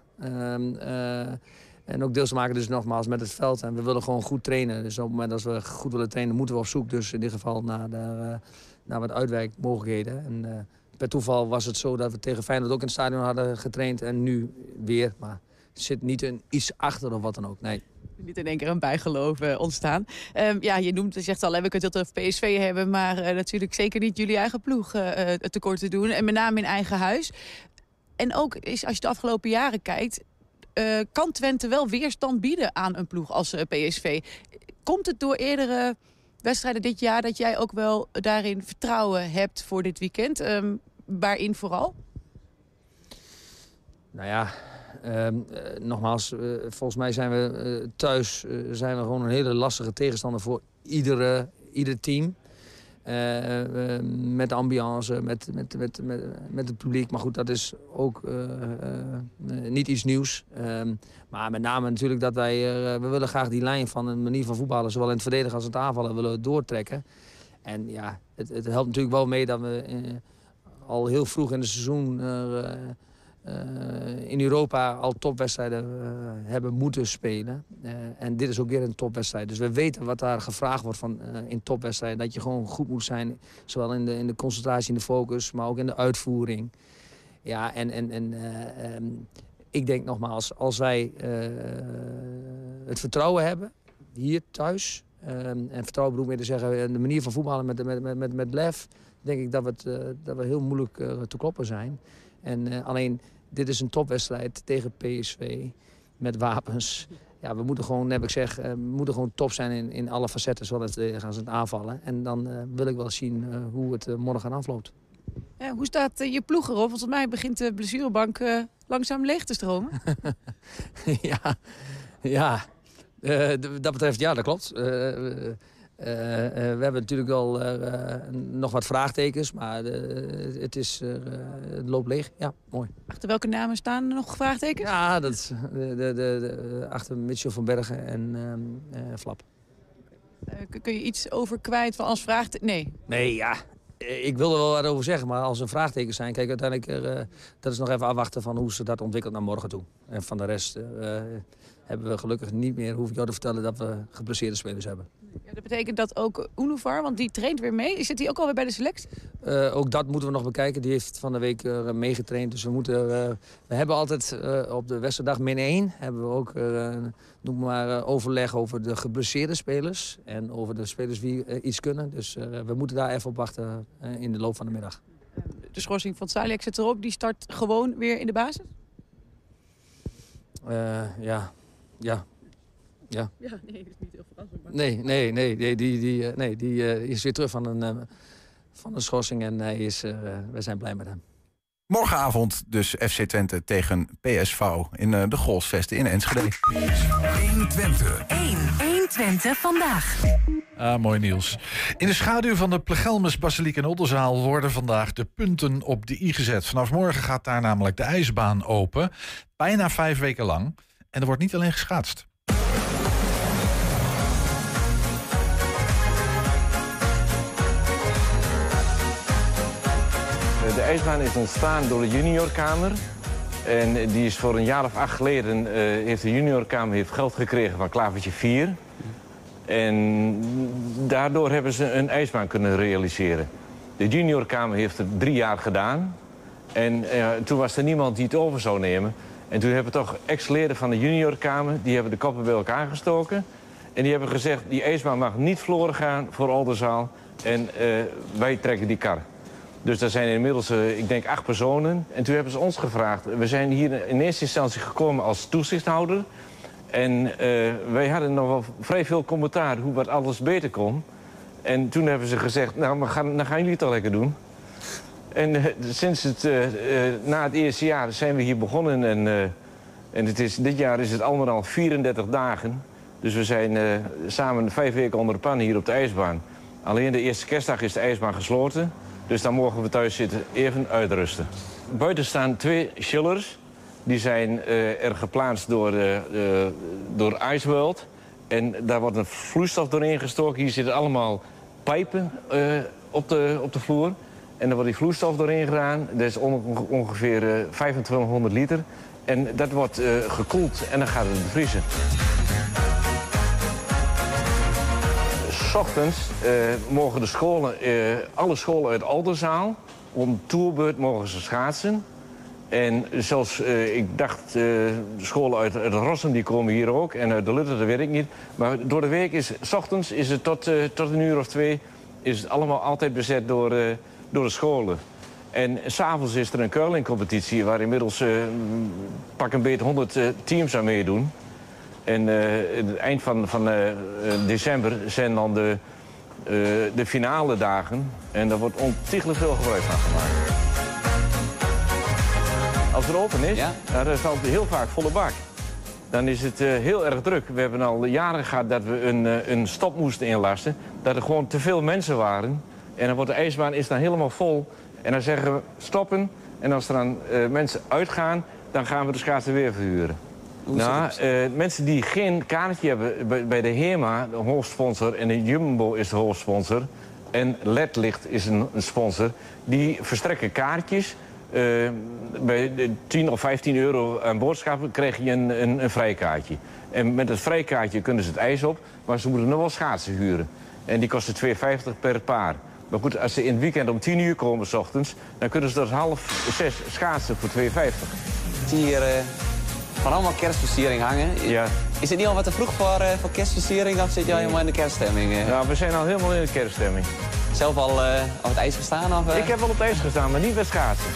En ook deels te maken dus nogmaals met het veld. En we willen gewoon goed trainen. Dus op het moment dat we goed willen trainen, moeten we op zoek. Dus in dit geval naar wat uitwijkmogelijkheden. En per toeval was het zo dat we tegen Feyenoord ook in het stadion hadden getraind. En nu weer. Maar er zit niet iets achter of wat dan ook. Nee. Niet in één keer een bijgeloof ontstaan. Je zegt al, we kunnen het over PSV hebben. Maar natuurlijk zeker niet jullie eigen ploeg tekort te doen. En met name in eigen huis. En ook als je de afgelopen jaren kijkt, kan Twente wel weerstand bieden aan een ploeg als PSV. Komt het door eerdere wedstrijden dit jaar dat jij ook wel daarin vertrouwen hebt voor dit weekend? Waarin vooral? Nou ja, nogmaals, volgens mij zijn we thuis zijn we gewoon een hele lastige tegenstander voor ieder team. Met de ambiance, met het publiek. Maar goed, dat is ook niet iets nieuws. Maar met name natuurlijk dat we willen graag die lijn van een manier van voetballen, zowel in het verdedigen als in het aanvallen, willen doortrekken. En ja, het helpt natuurlijk wel mee dat we al heel vroeg in het seizoen in Europa al topwedstrijden hebben moeten spelen. En dit is ook weer een topwedstrijd. Dus we weten wat daar gevraagd wordt in topwedstrijden. Dat je gewoon goed moet zijn, zowel in de concentratie, in de focus, maar ook in de uitvoering. Ja, en ik denk nogmaals, als wij het vertrouwen hebben, hier thuis, en vertrouwen bedoel ik meer te zeggen, de manier van voetballen met lef, denk ik dat we heel moeilijk te kloppen zijn. En alleen, dit is een topwedstrijd tegen PSV met wapens. Ja, we moeten gewoon, heb ik gezegd, we moeten gewoon top zijn in alle facetten, zowel als het aanvallen. En dan wil ik wel zien hoe het morgen afloopt. Ja, hoe staat je ploeg erop? Want volgens mij begint de blessurebank langzaam leeg te stromen. Ja. Dat betreft, ja, dat klopt. We hebben natuurlijk wel nog wat vraagtekens, maar het loopt leeg. Ja, mooi. Achter welke namen staan er nog vraagtekens? Ja, dat is achter Mitchell van Bergen en Flap. Kun je iets over kwijt van als vraagteken? Nee. Nee, ja. Ik wil er wel wat over zeggen, maar als er vraagtekens zijn, kijk, uiteindelijk, dat is nog even afwachten van hoe ze dat ontwikkelt naar morgen toe. En van de rest hebben we gelukkig niet meer, hoef ik jou te vertellen, dat we geblesseerde spelers hebben. Ja, dat betekent dat ook Unifar, want die traint weer mee. Zit hij ook alweer bij de selectie? Ook dat moeten we nog bekijken. Die heeft van de week meegetraind. Dus we hebben altijd op de wedstrijddag -1 hebben we ook noem maar, overleg over de geblesseerde spelers. En over de spelers die iets kunnen. Dus we moeten daar even op wachten in de loop van de middag. De schorsing van Sajlek zit erop. Die start gewoon weer in de basis? Ja. Ja, nee, dat is niet heel verrassend. Maar... Nee, die is weer terug van een schorsing en we zijn blij met hem. Morgenavond dus FC Twente tegen PSV in de Goalsvesten in Enschede. 1 Twente vandaag. Mooi Niels. In de schaduw van de Plegelmus Basiliek in Oldenzaal worden vandaag de punten op de i gezet. Vanaf morgen gaat daar namelijk de ijsbaan open. Bijna 5 weken lang. En er wordt niet alleen geschaatst. De ijsbaan is ontstaan door de juniorkamer. En die is voor een jaar of 8 geleden... heeft de juniorkamer geld gekregen van Klavertje 4. En daardoor hebben ze een ijsbaan kunnen realiseren. De juniorkamer heeft het 3 jaar gedaan. En toen was er niemand die het over zou nemen. En toen hebben toch ex-leden van de juniorkamer... die hebben de koppen bij elkaar gestoken. En die hebben gezegd, die ijsbaan mag niet verloren gaan voor Oldenzaal. En wij trekken die kar. Dus er zijn inmiddels, ik denk, 8 personen. En toen hebben ze ons gevraagd. We zijn hier in eerste instantie gekomen als toezichthouder. En wij hadden nog wel vrij veel commentaar hoe wat alles beter kon. En toen hebben ze gezegd, nou, dan gaan jullie het al lekker doen. En sinds na het eerste jaar zijn we hier begonnen. En dit jaar is het allemaal al 34 dagen. Dus we zijn samen 5 weken onder de pan hier op de ijsbaan. Alleen de eerste kerstdag is de ijsbaan gesloten. Dus dan mogen we thuis zitten even uitrusten. Buiten staan 2 chillers. Die zijn er geplaatst door Ice World. En daar wordt een vloeistof doorheen gestoken. Hier zitten allemaal pijpen op de vloer. En dan wordt die vloeistof doorheen gedaan. Dat is ongeveer 2500 liter. En dat wordt gekoeld en dan gaat het bevriezen. 's Ochtends mogen de scholen, alle scholen uit Oldenzaal, om toerbeurt mogen ze schaatsen. En zoals ik dacht, de scholen uit Rossum die komen hier ook. En uit de Lutter, dat weet ik niet. Maar door de week is, 's ochtends is het tot 1 uur of 2, is het allemaal altijd bezet door de scholen. En 's avonds is er een curlingcompetitie waar inmiddels pak een beetje 100 teams aan meedoen. En het eind van december zijn dan de finale dagen. En daar wordt ontiegelijk veel gebruik van gemaakt. Als het open is, dan is het heel vaak volle bak. Dan is het heel erg druk. We hebben al jaren gehad dat we een stop moesten inlasten. Dat er gewoon te veel mensen waren. En dan wordt de ijsbaan dan helemaal vol. En dan zeggen we stoppen. En als er dan mensen uitgaan, dan gaan we de schaatsen weer verhuren. Mensen die geen kaartje hebben bij de HEMA, de hoofdsponsor, en de Jumbo is de hoofdsponsor, en LED-licht is een sponsor, die verstrekken kaartjes. Bij de 10 of 15 euro aan boodschappen krijg je een vrijkaartje. En met het vrijkaartje kunnen ze het ijs op, maar ze moeten nog wel schaatsen huren. En die kosten €2,50 per paar. Maar goed, als ze in het weekend om 10 uur komen 's ochtends, dan kunnen ze tot 5:30 schaatsen voor €2,50. Hier van allemaal kerstversiering hangen. Ja. Is het niet al wat te vroeg voor kerstversiering of zit je al helemaal in de kerststemming? Nou, we zijn al helemaal in de kerststemming. Zelf al op het ijs gestaan? Of, Ik heb wel op het ijs gestaan, maar niet met schaatsen.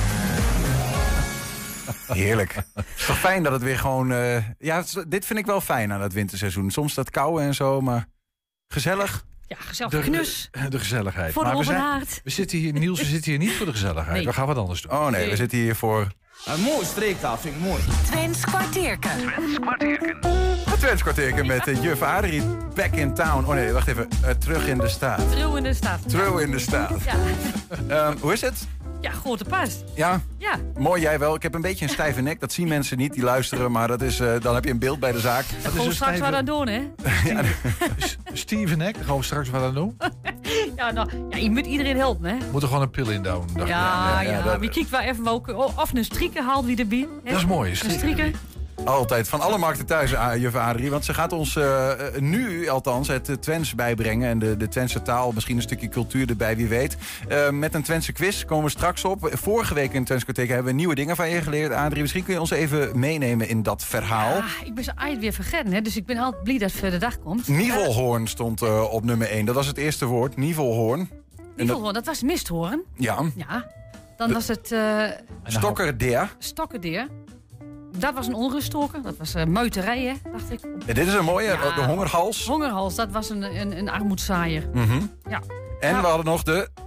Heerlijk. Het is toch fijn dat het weer gewoon... dit vind ik wel fijn aan het winterseizoen. Soms dat kou en zo, maar gezellig. Ja, gezellig. Knus. De gezelligheid. Voor de open haard. We zitten hier, Niels, we zitten hier niet voor de gezelligheid. Nee. We gaan wat anders doen. Oh nee, we zitten hier voor... Een mooi streektaal, vind ik mooi. Twents kwartierken. Het Twents kwartierken met juf Adrie. Back in town. Oh nee, wacht even. Terug in de staat. Trouw in de staat. Trouw in de staat. Ja. Hoe is het? Ja, grote past. Ja? Ja. Mooi, jij wel. Ik heb een beetje een stijve nek. Dat zien mensen niet, die luisteren. Maar dat is, dan heb je een beeld bij de zaak. Dat gaan we straks wat aan doen, hè? Steven Nek, dan gaan we straks wat aan doen. Ja, je moet iedereen helpen, hè? Moet er gewoon een pil in doen. Ja. Maar je kijkt wel even of een strieken haalt wie erbij. Hè? Dat is mooi, een strieken. Altijd, van alle markten thuis, juf Adrie. Want ze gaat ons nu althans het Twents bijbrengen. En de Twentse taal, misschien een stukje cultuur erbij, wie weet. Met een Twentse quiz komen we straks op. Vorige week in Twents kwartierken hebben we nieuwe dingen van je geleerd, Adrie. Misschien kun je ons even meenemen in dat verhaal. Ja, ik ben ze eigenlijk weer vergeten, hè? Dus ik ben altijd blij dat het voor de dag komt. Nivelhoorn stond op nummer 1. Dat was het eerste woord, Nivelhoorn. Nivelhoorn, dat was misthoorn. Ja. Dan was het... Stokkerdeer. Stokkerdeer. Dat was een onruststoker. Dat was muiterij, hè, dacht ik. Ja, dit is een mooie, de hongerhals. Hongerhals, dat was een armoedzaaier. Mm-hmm. Ja. En we hadden nog de...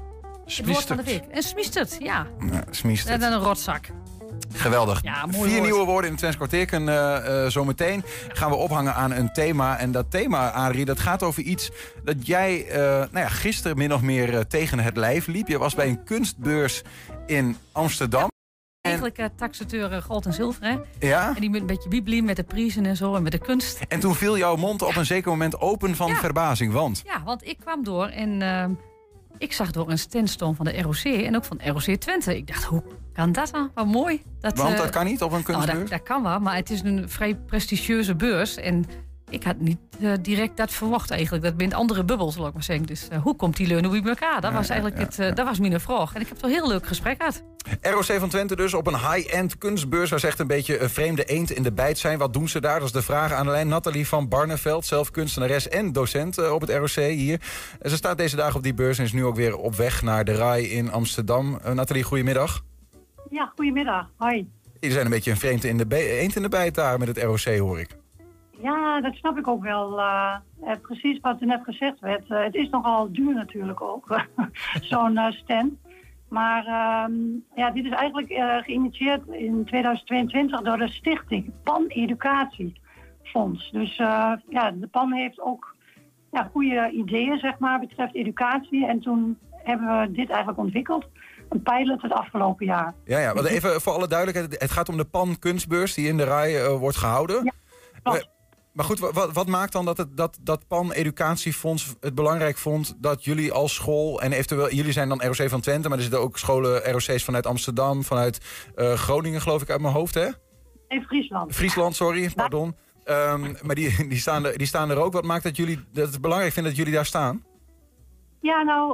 Het woord van de week. En smiestert, ja. Smiestert. En dan een rotzak. Geweldig. Ja, mooi 4 woord. nieuwe woorden in het Twents kwartierken. Zometeen gaan we ophangen aan een thema. En dat thema, Adrie, dat gaat over iets dat jij gisteren min of meer tegen het lijf liep. Je was bij een kunstbeurs in Amsterdam. Eigenlijk taxateur goud en zilver, hè? Ja? En die met een beetje biblie met de prijzen en zo en met de kunst. En toen viel jouw mond op een zeker moment open van verbazing, want? Ja, want ik kwam door en ik zag door een standstorm van de ROC en ook van ROC Twente. Ik dacht, hoe kan dat nou? Wat mooi. Want dat kan niet op een kunstbeurs? Nou, dat kan wel, maar het is een vrij prestigieuze beurs. En ik had niet direct dat verwacht eigenlijk. Dat bent andere bubbels, zal ik maar zeggen. Dus hoe komt die leunen bij elkaar? Dat was eigenlijk dat was mijn vraag. En ik heb toch een heel leuk gesprek gehad. ROC van Twente dus op een high-end kunstbeurs. Waar ze echt een beetje een vreemde eend in de bijt zijn. Wat doen ze daar? Dat is de vraag aan de lijn. Nathalie van Barneveld, zelf kunstenares en docent op het ROC hier. Ze staat deze dagen op die beurs en is nu ook weer op weg naar de RAI in Amsterdam. Nathalie, goedemiddag. Ja, goedemiddag. Hoi. Jullie zijn een beetje een vreemde eend in de bijt daar met het ROC, hoor ik. Ja, dat snap ik ook wel. Precies wat er net gezegd werd. Het is nogal duur natuurlijk ook, zo'n stand. Maar dit is eigenlijk geïnitieerd in 2022 door de stichting PAN Educatiefonds. Dus de PAN heeft ook goede ideeën, zeg maar, betreft educatie. En toen hebben we dit eigenlijk ontwikkeld. Een pilot het afgelopen jaar. Ja, maar even voor alle duidelijkheid. Het gaat om de PAN kunstbeurs die in de RAI wordt gehouden. Ja, maar goed, wat maakt dan dat PAN Educatiefonds het belangrijk vond dat jullie als school, en eventueel, jullie zijn dan ROC van Twente, maar er zitten ook scholen, ROC's vanuit Amsterdam, vanuit Groningen, geloof ik, uit mijn hoofd, hè? Nee, Friesland. Friesland, sorry, pardon. Maar die staan er ook. Wat maakt dat jullie dat het belangrijk vinden dat jullie daar staan? Ja, nou,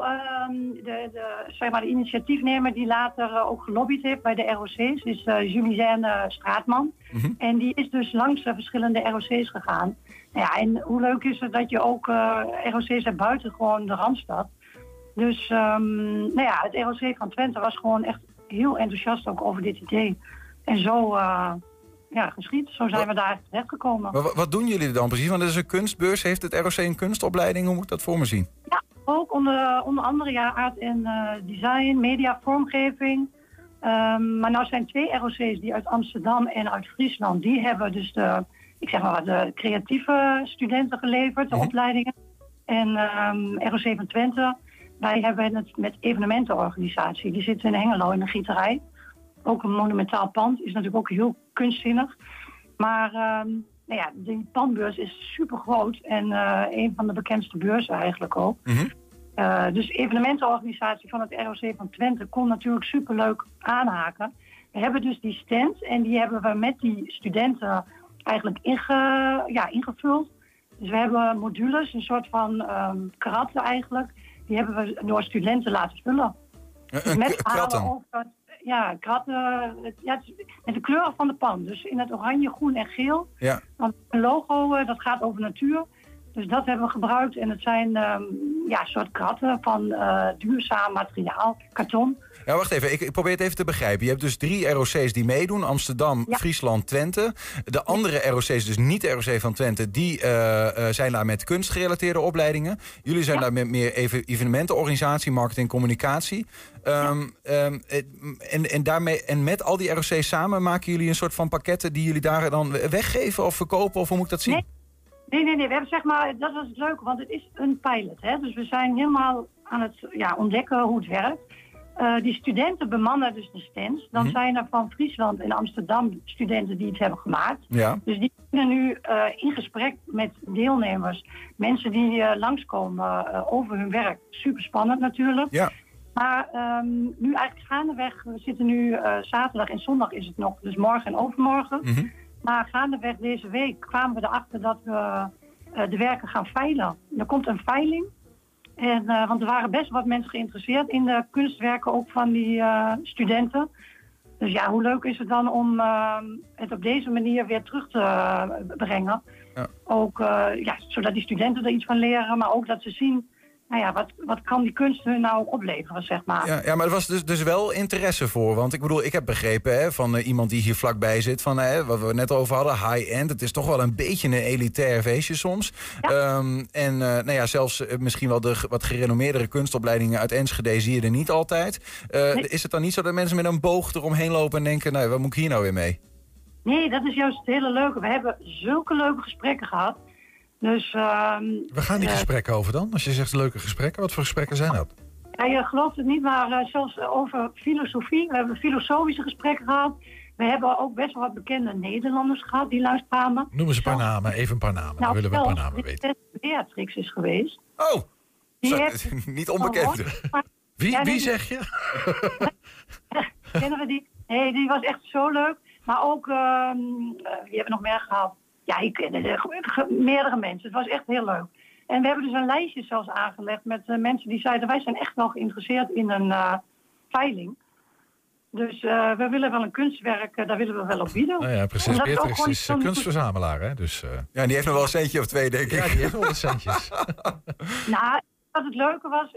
de initiatiefnemer die later ook gelobbyd heeft bij de ROC's is Julienne Straatman. Mm-hmm. En die is dus langs verschillende ROC's gegaan. Nou ja, en hoe leuk is het dat je ook ROC's hebt buiten gewoon de Randstad. Dus het ROC van Twente was gewoon echt heel enthousiast ook over dit idee. En zo geschied. Zo zijn we daar terechtgekomen. Maar wat doen jullie dan precies? Want het is een kunstbeurs. Heeft het ROC een kunstopleiding? Hoe moet ik dat voor me zien? Ja, ook onder andere art en design, media, vormgeving. Maar nou zijn 2 ROC's die uit Amsterdam en uit Friesland, die hebben dus de creatieve studenten geleverd, de opleidingen. En ROC van Twente, wij hebben het met evenementenorganisatie. Die zitten in Hengelo in een gieterij. Ook een monumentaal pand, is natuurlijk ook heel kunstzinnig. Maar die pandbeurs is super groot en een van de bekendste beurzen eigenlijk ook. Mm-hmm. Dus de evenementenorganisatie van het ROC van Twente kon natuurlijk superleuk aanhaken. We hebben dus die stand en die hebben we met die studenten eigenlijk ingevuld. Dus we hebben modules, een soort van kratten eigenlijk. Die hebben we door studenten laten vullen. Met verhalen over... Ja, kratten, met de kleuren van de pan. Dus in het oranje, groen en geel. Ja. Want een logo, dat gaat over natuur. Dus dat hebben we gebruikt. En het zijn soort kratten van duurzaam materiaal, karton. Ja, wacht even. Ik probeer het even te begrijpen. Je hebt dus 3 ROC's die meedoen. Amsterdam, Friesland, Twente. De andere ROC's, dus niet de ROC van Twente, die zijn daar met kunstgerelateerde opleidingen. Jullie zijn daar met meer evenementenorganisatie, marketing, communicatie. En met al die ROC's samen maken jullie een soort van pakketten die jullie daar dan weggeven of verkopen? Of hoe moet ik dat zien? Nee. We hebben dat was het leuke, want het is een pilot. Hè? Dus we zijn helemaal aan het ontdekken hoe het werkt. Die studenten bemannen dus de stands. Dan zijn er van Friesland en Amsterdam studenten die het hebben gemaakt. Ja. Dus die kunnen nu in gesprek met deelnemers. Mensen die langskomen over hun werk. Super spannend natuurlijk. Ja. Maar nu eigenlijk gaandeweg, we zitten nu zaterdag en zondag is het nog. Dus morgen en overmorgen. Mm-hmm. Maar gaandeweg deze week kwamen we erachter dat we de werken gaan veilen. Er komt een veiling. Want er waren best wat mensen geïnteresseerd in de kunstwerken ook van die studenten. Dus ja, hoe leuk is het dan om het op deze manier weer terug te brengen. Ja. Ook zodat die studenten er iets van leren, maar ook dat ze zien nou ja, wat kan die kunst hun nou opleveren, zeg maar. Ja, maar er was dus wel interesse voor. Want ik bedoel, ik heb begrepen van iemand die hier vlakbij zit... van wat we net over hadden, high-end. Het is toch wel een beetje een elitair feestje soms. Ja. Nou ja, zelfs misschien wel de wat gerenommeerdere kunstopleidingen uit Enschede... zie je er niet altijd. Nee. Is het dan niet zo dat mensen met een boog eromheen lopen en denken... nou, wat moet ik hier nou weer mee? Nee, dat is juist het hele leuke. We hebben zulke leuke gesprekken gehad. Dus, waar gaan die gesprekken over dan? Als je zegt leuke gesprekken, wat voor gesprekken zijn dat? Ja, je gelooft het niet, maar zelfs over filosofie. We hebben filosofische gesprekken gehad. We hebben ook best wel wat bekende Nederlanders gehad die langskwamen. Noem eens een paar namen, even een paar namen. Dan willen we een paar namen weten. Beatrix is geweest. Oh, niet onbekend. Wie zeg je? Kennen we die? Nee, die was echt zo leuk. Maar ook, wie hebben we nog meer gehad? Ja, ik ken meerdere mensen. Het was echt heel leuk. En we hebben dus een lijstje zelfs aangelegd met mensen die zeiden... wij zijn echt wel geïnteresseerd in een veiling. Dus we willen wel een kunstwerk, daar willen we wel op bieden. Nou ja, precies. Beatrix is kunstverzamelaar, hè? Dus, ja, die heeft nog wel een centje of twee, denk ik. Ja, die heeft nog wel centjes. Nou, wat het leuke was...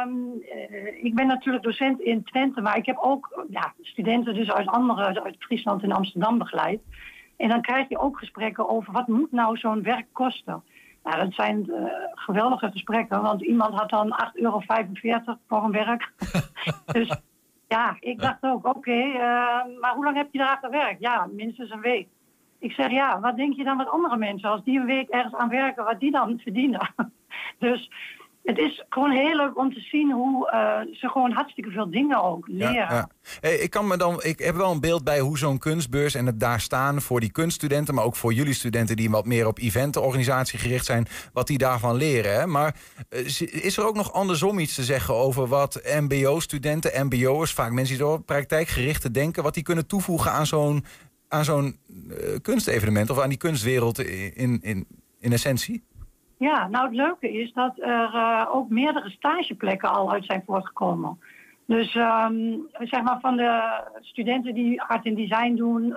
ik ben natuurlijk docent in Twente... maar ik heb ook studenten dus uit Friesland en Amsterdam begeleid... En dan krijg je ook gesprekken over wat moet nou zo'n werk kosten. Nou, dat zijn geweldige gesprekken, want iemand had dan €8,45 voor een werk. Dus ja, ik dacht ook, oké, maar hoe lang heb je daar gewerkt? Ja, minstens een week. Ik zeg, ja, wat denk je dan met andere mensen als die een week ergens aan werken, wat die dan verdienen? Dus het is gewoon heel leuk om te zien hoe ze gewoon hartstikke veel dingen ook leren. Ja. Hey, ik heb wel een beeld bij hoe zo'n kunstbeurs en het daar staan voor die kunststudenten, maar ook voor jullie studenten die wat meer op eventorganisatie gericht zijn, wat die daarvan leren. Hè? Maar is er ook nog andersom iets te zeggen over wat mbo-studenten, mbo'ers, vaak mensen die door praktijkgericht denken, wat die kunnen toevoegen aan zo'n kunstevenement of aan die kunstwereld in essentie? Ja, nou het leuke is dat er ook meerdere stageplekken al uit zijn voortgekomen. Dus zeg maar van de studenten die art en design doen,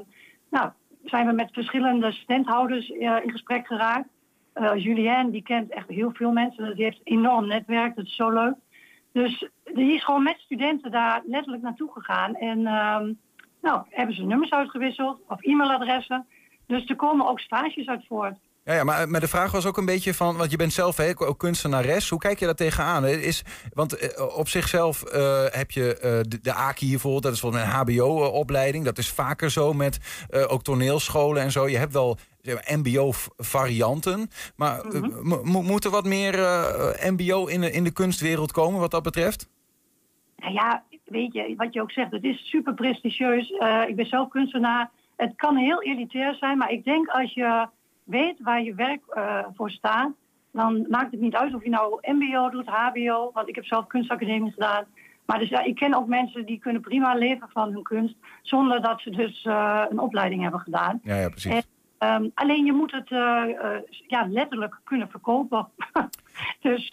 zijn we met verschillende standhouders in gesprek geraakt. Julien, die kent echt heel veel mensen, die heeft een enorm netwerk, dat is zo leuk. Dus die is gewoon met studenten daar letterlijk naartoe gegaan en hebben ze nummers uitgewisseld of e-mailadressen. Dus er komen ook stages uit voort. Ja, maar de vraag was ook een beetje van... want je bent zelf ook kunstenares. Hoe kijk je daar tegenaan? Want op zichzelf heb je de AKI hier bijvoorbeeld. Dat is volgens mij een hbo-opleiding. Dat is vaker zo met ook toneelscholen en zo. Je hebt wel mbo-varianten. Maar moet er wat meer mbo in de kunstwereld komen wat dat betreft? Nou ja, weet je, wat je ook zegt. Het is super prestigieus. Ik ben zelf kunstenaar. Het kan heel elitair zijn. Maar ik denk als je weet waar je werk voor staat, dan maakt het niet uit of je nou mbo doet, hbo, want ik heb zelf kunstacademie gedaan. Maar dus, ik ken ook mensen die kunnen prima leven van hun kunst, zonder dat ze dus een opleiding hebben gedaan. Ja, precies. En, alleen je moet het letterlijk kunnen verkopen. Dus,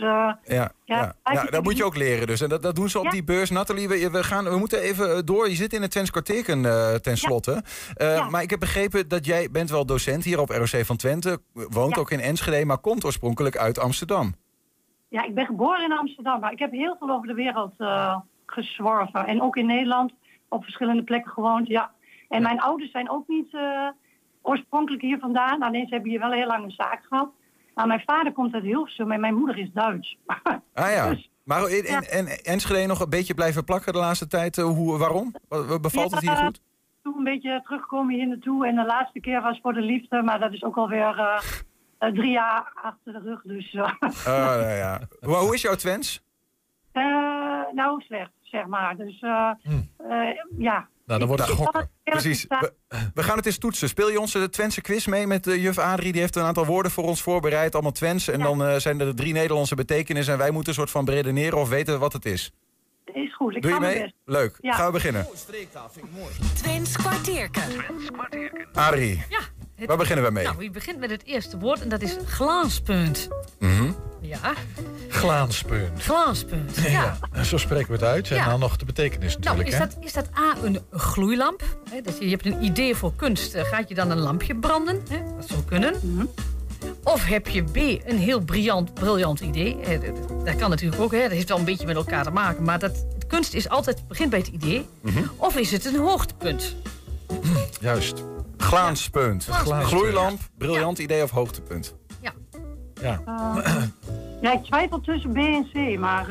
dat moet je ook leren dus. En dat doen ze op die beurs. Nathalie, we moeten even door. Je zit in het Twents Kwartierken ten slotte. Maar ik heb begrepen dat jij bent wel docent hier op ROC van Twente. Woont ook in Enschede, maar komt oorspronkelijk uit Amsterdam. Ja, ik ben geboren in Amsterdam. Maar ik heb heel veel over de wereld gezworven. En ook in Nederland op verschillende plekken gewoond. Ja. En mijn ouders zijn ook niet oorspronkelijk hier vandaan. Alleen ze hebben hier wel heel lang een zaak gehad. Maar mijn vader komt uit Hilversum en mijn moeder is Duits. Dus, maar in Enschede nog een beetje blijven plakken de laatste tijd. Waarom? Bevalt het hier goed? Toen een beetje teruggekomen hier naartoe. En de laatste keer was voor de liefde. Maar dat is ook alweer 3 jaar achter de rug. Dus, Maar hoe is jouw Twents? Nou, slecht, zeg maar. Dus ja. Nou, dan wordt het gokken. Precies. We gaan het eens toetsen. Speel je ons de Twentse quiz mee met juf Adrie? Die heeft een aantal woorden voor ons voorbereid. Allemaal Twents. En dan zijn er 3 Nederlandse betekenissen. En wij moeten een soort van beredeneren of weten wat het is. Is goed. Doe je mee? Best. Leuk. Ja. Gaan we beginnen. Twents Kwartierken. Adrie. Ja. Waar beginnen we mee? Nou, je begint met het eerste woord en dat is glaanspunt. Ja. Glaanspunt. Glaanspunt, ja. Zo spreken we het uit. En dan nog de betekenis natuurlijk. Nou, is dat A, een gloeilamp? Hè? Dus je hebt een idee voor kunst. Gaat je dan een lampje branden? Hè? Dat zou kunnen. Of heb je B, een heel briljant idee. Dat kan natuurlijk ook, hè. Dat heeft wel een beetje met elkaar te maken. Maar kunst is altijd begint bij het idee. Of is het een hoogtepunt? Juist. Glaanspunt. Gloeilamp, briljant idee of hoogtepunt? Ja. Ja, ik twijfel tussen B en C, maar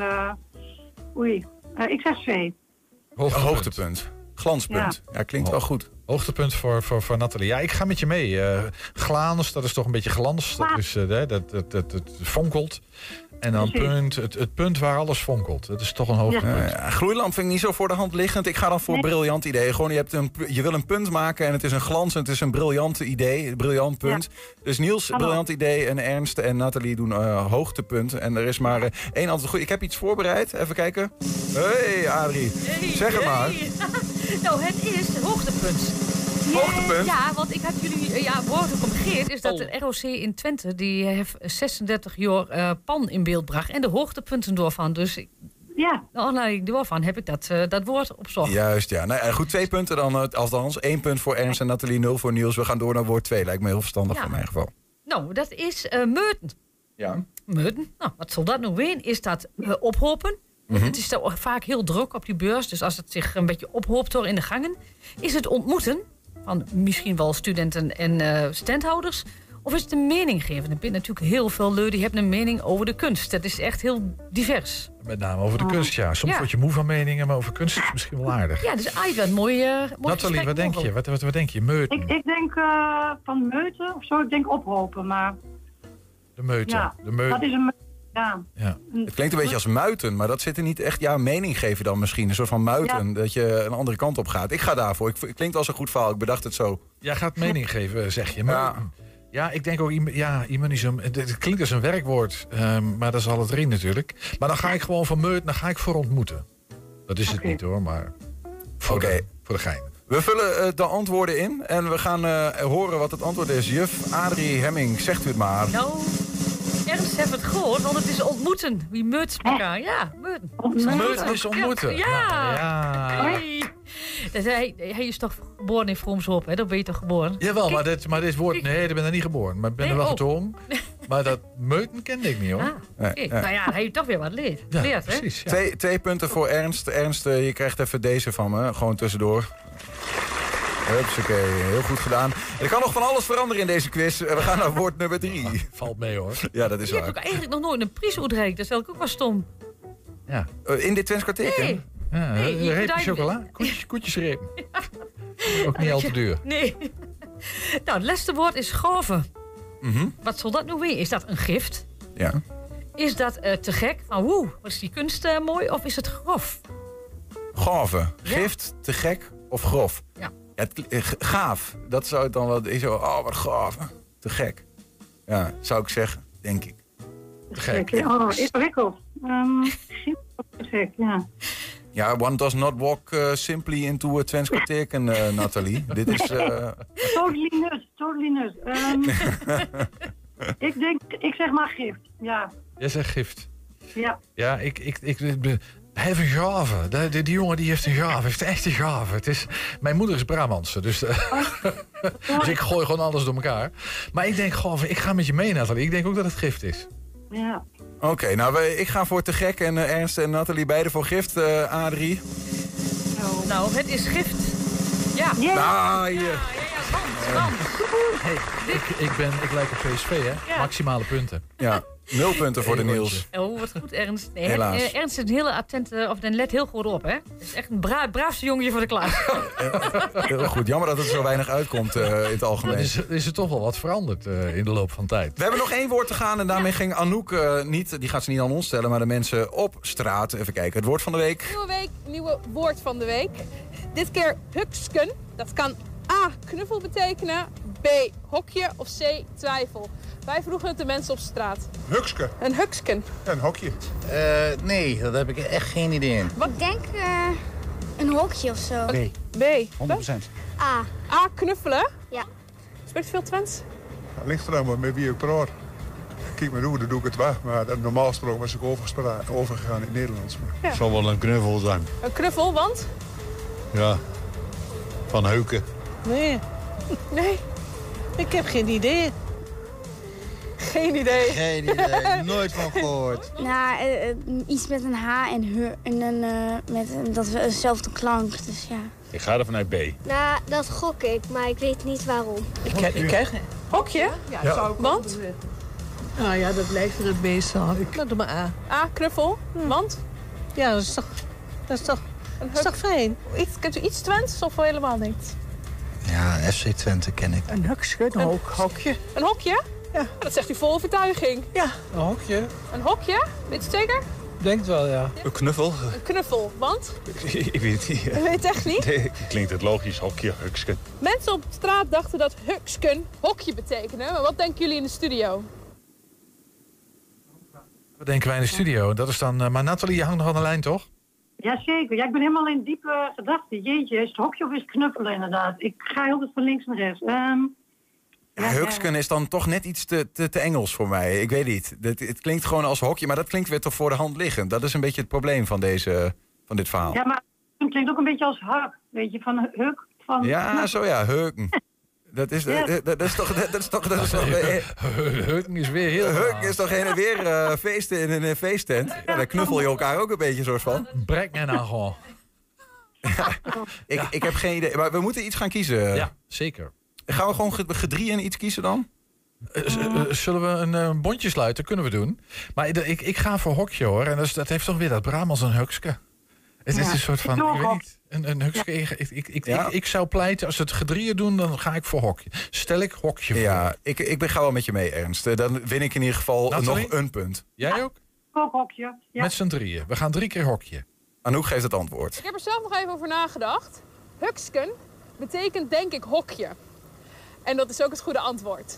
ik zeg C. Hoogtepunt. Glanspunt. Ja, klinkt wel goed. Hoogtepunt voor Nathalie. Ja, ik ga met je mee. Glans, dat is toch een beetje glans. Dat is, dat fonkelt. En dan punt, het punt waar alles fonkelt. Dat is toch een hoogtepunt. Gloeilamp vind ik niet zo voor de hand liggend. Ik ga dan voor briljant idee. Gewoon, je wil een punt maken en het is een glans en het is een briljant idee. Een briljant punt. Ja. Dus Niels, briljant idee en Ernst en Nathalie doen hoogtepunt. En er is maar één antwoord goed. Ik heb iets voorbereid. Even kijken. Hey, Adrie. Zeg het maar. Nou, het is hoogtepunt. Hoogtepunt? Ja, want ik had jullie woorden gebegeerd is dat de ROC in Twente die heeft 36 jaar pan in beeld bracht en de hoogtepunten doorvan. Dus doorvan heb ik dat woord opzocht. Juist, ja. Nou, goed, 2 punten dan althans. 1 punt voor Ernst en Nathalie, 0 voor Niels. We gaan door naar woord 2. Lijkt me heel verstandig in mijn geval. Nou, dat is meuten. Ja. Meuten. Nou, wat zal dat nou weer? Is dat ophopen? Het is vaak heel druk op die beurs. Dus als het zich een beetje ophoopt door in de gangen, is het ontmoeten van misschien wel studenten en standhouders. Of is het een mening geven? Er zijn natuurlijk heel veel lui die hebben een mening over de kunst. Dat is echt heel divers. Met name over de kunst, ja. Soms word je moe van meningen, maar over kunst is het misschien wel aardig. Ja, dus wat mooi Nathalie, wat denk je? Wat denk je? Meuten? Ik denk van meuten of zo. Ik denk ophopen, maar... De meuten. Ja, de meuten. Dat is een ja. Het klinkt een beetje als muiten, maar dat zit er niet echt... Ja, mening geven dan misschien. Een soort van muiten, dat je een andere kant op gaat. Ik ga daarvoor. Het klinkt als een goed verhaal. Ik bedacht het zo. Jij gaat mening geven, zeg je. Maar ja, ik denk ook... Immunism, het klinkt als een werkwoord, maar dat is al het erin natuurlijk. Maar dan ga ik gewoon van meuten, dan ga ik voor ontmoeten. Dat is het niet hoor, maar voor de gein. We vullen de antwoorden in en we gaan horen wat het antwoord is. Juf Adrie Hemming, zegt u het maar. Nou, Ernst heeft het gehoord, want het is ontmoeten. Wie meurt elkaar? Ja, meuten. Meuten is ontmoeten. Ja. Hey. Hij is toch geboren in Vroomshoop, hè? Dat ben je toch geboren? Jawel, maar dit woord... Nee, ik ben er niet geboren. Maar ik ben er wel getogen. Maar dat meuten kende ik niet, hoor. Nou ja, hij heeft toch weer wat geleerd. Ja, precies. Ja. 2 punten voor Ernst. Ernst, je krijgt even deze van me. Gewoon tussendoor. Hupsakee, heel goed gedaan. Er kan nog van alles veranderen in deze quiz. We gaan naar woord nummer 3. Valt mee, hoor. Ja, dat is waar. Je hebt ook eigenlijk nog nooit een prijs uitgereikt. Dat is ook wel stom. Ja. In dit Twents kwartier? Nee. Ja, reepje chocola. Koetjesreep. Ook niet al te duur. Nee. Nou, het laatste woord is gaven. Wat zal dat nou weer? Is dat een gift? Ja. Is dat te gek? Van wat is die kunst mooi? Of is het grof? Gaven. Gift, te gek of grof? Ja. Gaaf. Dat zou het dan wel... Zo, wat gaaf. Te gek. Ja, zou ik zeggen. Denk ik. Te gek. Ingewikkeld. Gift of te gek, ja. Ja, one does not walk simply into a Twents kwartier, Nathalie. Dit is... Totally nut. Ik zeg maar gift, ja. Jij zegt gift. Ja. Ja, hij heeft een gave. Die jongen die heeft een gave. Heeft echt een gave. Mijn moeder is Brabantse, dus ik gooi gewoon alles door elkaar. Maar ik denk, ik ga met je mee, Nathalie. Ik denk ook dat het gift is. Ja. Oké, nou, ik ga voor te gek en Ernst en Nathalie beide voor gift, Adrie. Nou, het is gift. Ja. Hey, ik lijk op PSV, hè? Ja. Maximale punten. Ja, 0 punten voor de Niels. Oh, wat goed, Ernst. Nee, helaas. Ernst is een hele attente, of let heel goed op, hè? Het is echt een braafste jongetje voor de klas. Heel goed. Jammer dat het zo weinig uitkomt in het algemeen. Is er toch wel wat veranderd in de loop van tijd. We hebben nog 1 woord te gaan en daarmee ging Anouk niet... Die gaat ze niet aan ons stellen, maar de mensen op straat. Even kijken, het woord van de week. Nieuwe week, nieuwe woord van de week. Dit keer huksken. Dat kan A, knuffel betekenen, B, hokje of C, twijfel. Wij vroegen het de mensen op straat. Huksken. Een huksken. Een hokje. Nee, dat heb ik echt geen idee in. Ik denk een hokje of zo. B. 100%. A. A, knuffelen? Ja. Spreekt veel Twents? Dat ligt er maar met wie ik praat. Kijk maar hoe, dan doe ik het weg. Maar normaal gesproken was ik overgegaan in het Nederlands. Maar... Ja. Het zal wel een knuffel zijn. Een knuffel, want? Ja, van heuken. Nee, ik heb geen idee. Geen idee. Geen idee, nooit van gehoord. Nou, iets met een H en dat we eenzelfde klank, dus ja. Ik ga er vanuit B. Nou, dat gok ik, maar ik weet niet waarom. Ik krijg een hokje? Ja, zou ik Want? Nou ja, dat lijkt er het meest aan. Nou, doe maar A. A, knuffel. Want? Ja, dat is toch fijn? Kent u iets Twents of helemaal niet? Ja, FC Twente ken ik. Een hokje, een hokje. Een hokje? Ja. Dat zegt u vol overtuiging. Ja. Een hokje? Een hokje? Weet je het zeker? Denk wel, ja. Een knuffel? Een knuffel, want? Ik weet het niet. U weet het echt niet? Nee, klinkt het logisch, hokje, huksken. Mensen op straat dachten dat huksken hokje betekende. Maar wat denken jullie in de studio? Wat denken wij in de studio? Dat is dan... maar Nathalie, je hangt nog aan de lijn, toch? Jazeker. Ja, ik ben helemaal in diepe gedachten. Jeetje, is het hokje of is het knuffelen inderdaad? Ik ga altijd van links naar rechts. Huksken is dan toch net iets te Engels voor mij. Ik weet niet. Het klinkt gewoon als hokje, maar dat klinkt weer toch voor de hand liggend. Dat is een beetje het probleem van dit verhaal. Ja, maar het klinkt ook een beetje als huk. Weet je, van huk. Van ja, zo ja, heuken. Dat is toch... Heuken is weer heel... Heuken is toch heen en weer feesten in een feesttent? Ja, daar knuffel je elkaar ook een beetje soort van. Brek me nou gewoon. Ik heb geen idee. Maar we moeten iets gaan kiezen. Ja, zeker. Gaan we gewoon gedrieën iets kiezen dan? Zullen we een bondje sluiten? Kunnen we doen. Maar ik ga voor hokje, hoor. En dat heeft toch weer dat Brabants een hukske. Het is een soort van, ik weet niet, een hukske. Ik zou pleiten, als we het gedrieën doen, dan ga ik voor hokje. Stel ik hokje voor. Ja, ik ga wel met je mee, Ernst. Dan win ik in ieder geval nog een punt. Jij ook? Ook hokje. Ja. Met z'n drieën. We gaan 3 keer hokje. Anouk geeft het antwoord. Ik heb er zelf nog even over nagedacht. Huksken betekent denk ik hokje. En dat is ook het goede antwoord.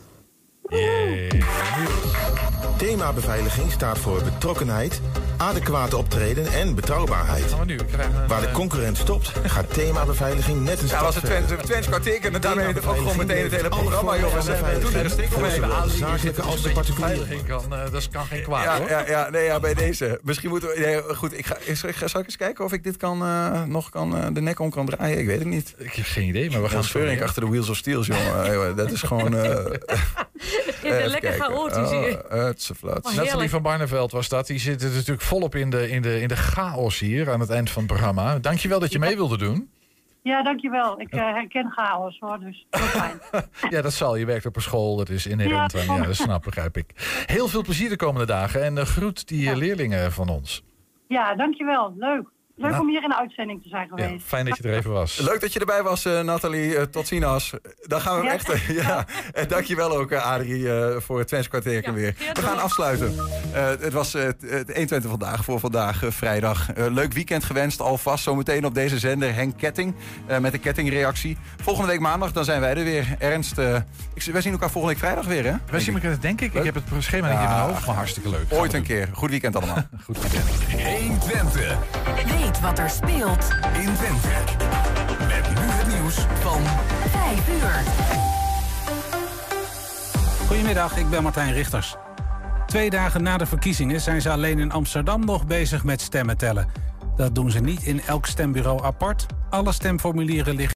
Thema beveiliging staat voor betrokkenheid, adequate optreden en betrouwbaarheid. Waar de concurrent stopt, gaat thema beveiliging net een stap verder. Ja, was het Twents kwartier en daarmee ook gewoon meteen het hele programma, jongens. Doe er een stik mee. Zakelijke als de particuliere. Dat kan geen kwaad, hoor. Nee, bij deze. Misschien moeten we... goed, zal ik eens kijken of ik dit de nek om kan draaien? Ik weet het niet. Ik heb geen idee, maar we gaan scheuren achter de Wheels of Steel, jongen. Dat is gewoon... lekker chaotisch hier. Nathalie van Barneveld was dat. Die zit natuurlijk volop in de chaos hier aan het eind van het programma. Dankjewel dat je mee wilde doen. Ja, dankjewel. Ik herken chaos, hoor, dus heel fijn. Ja, dat zal. Je werkt op een school, dat is inherent. Ja, dat begrijp ik. Heel veel plezier de komende dagen en groet die leerlingen van ons. Ja, dankjewel. Leuk. Leuk om hier in de uitzending te zijn geweest. Ja, fijn dat je er even was. Leuk dat je erbij was, Nathalie. Tot ziens. Dan gaan we echt... En dankjewel ook, Adrie, voor het Twents kwartiertje weer. We gaan afsluiten. Het was het 120 vandaag, voor vandaag, vrijdag. Leuk weekend gewenst, alvast. Zometeen op deze zender Henk Ketting met de kettingreactie. Volgende week maandag, dan zijn wij er weer. Ernst, wij zien elkaar volgende week vrijdag weer, hè? Wij zien elkaar, denk ik. Leuk. Ik heb het schema niet in mijn hoofd, maar hartstikke leuk. Ooit een keer. Goed weekend allemaal. Goed weekend. 120. Weet wat er speelt in Twente. Met nu het nieuws van 5 uur. Goedemiddag, ik ben Martijn Richters. 2 dagen na de verkiezingen zijn ze alleen in Amsterdam nog bezig met stemmen tellen. Dat doen ze niet in elk stembureau apart. Alle stemformulieren liggen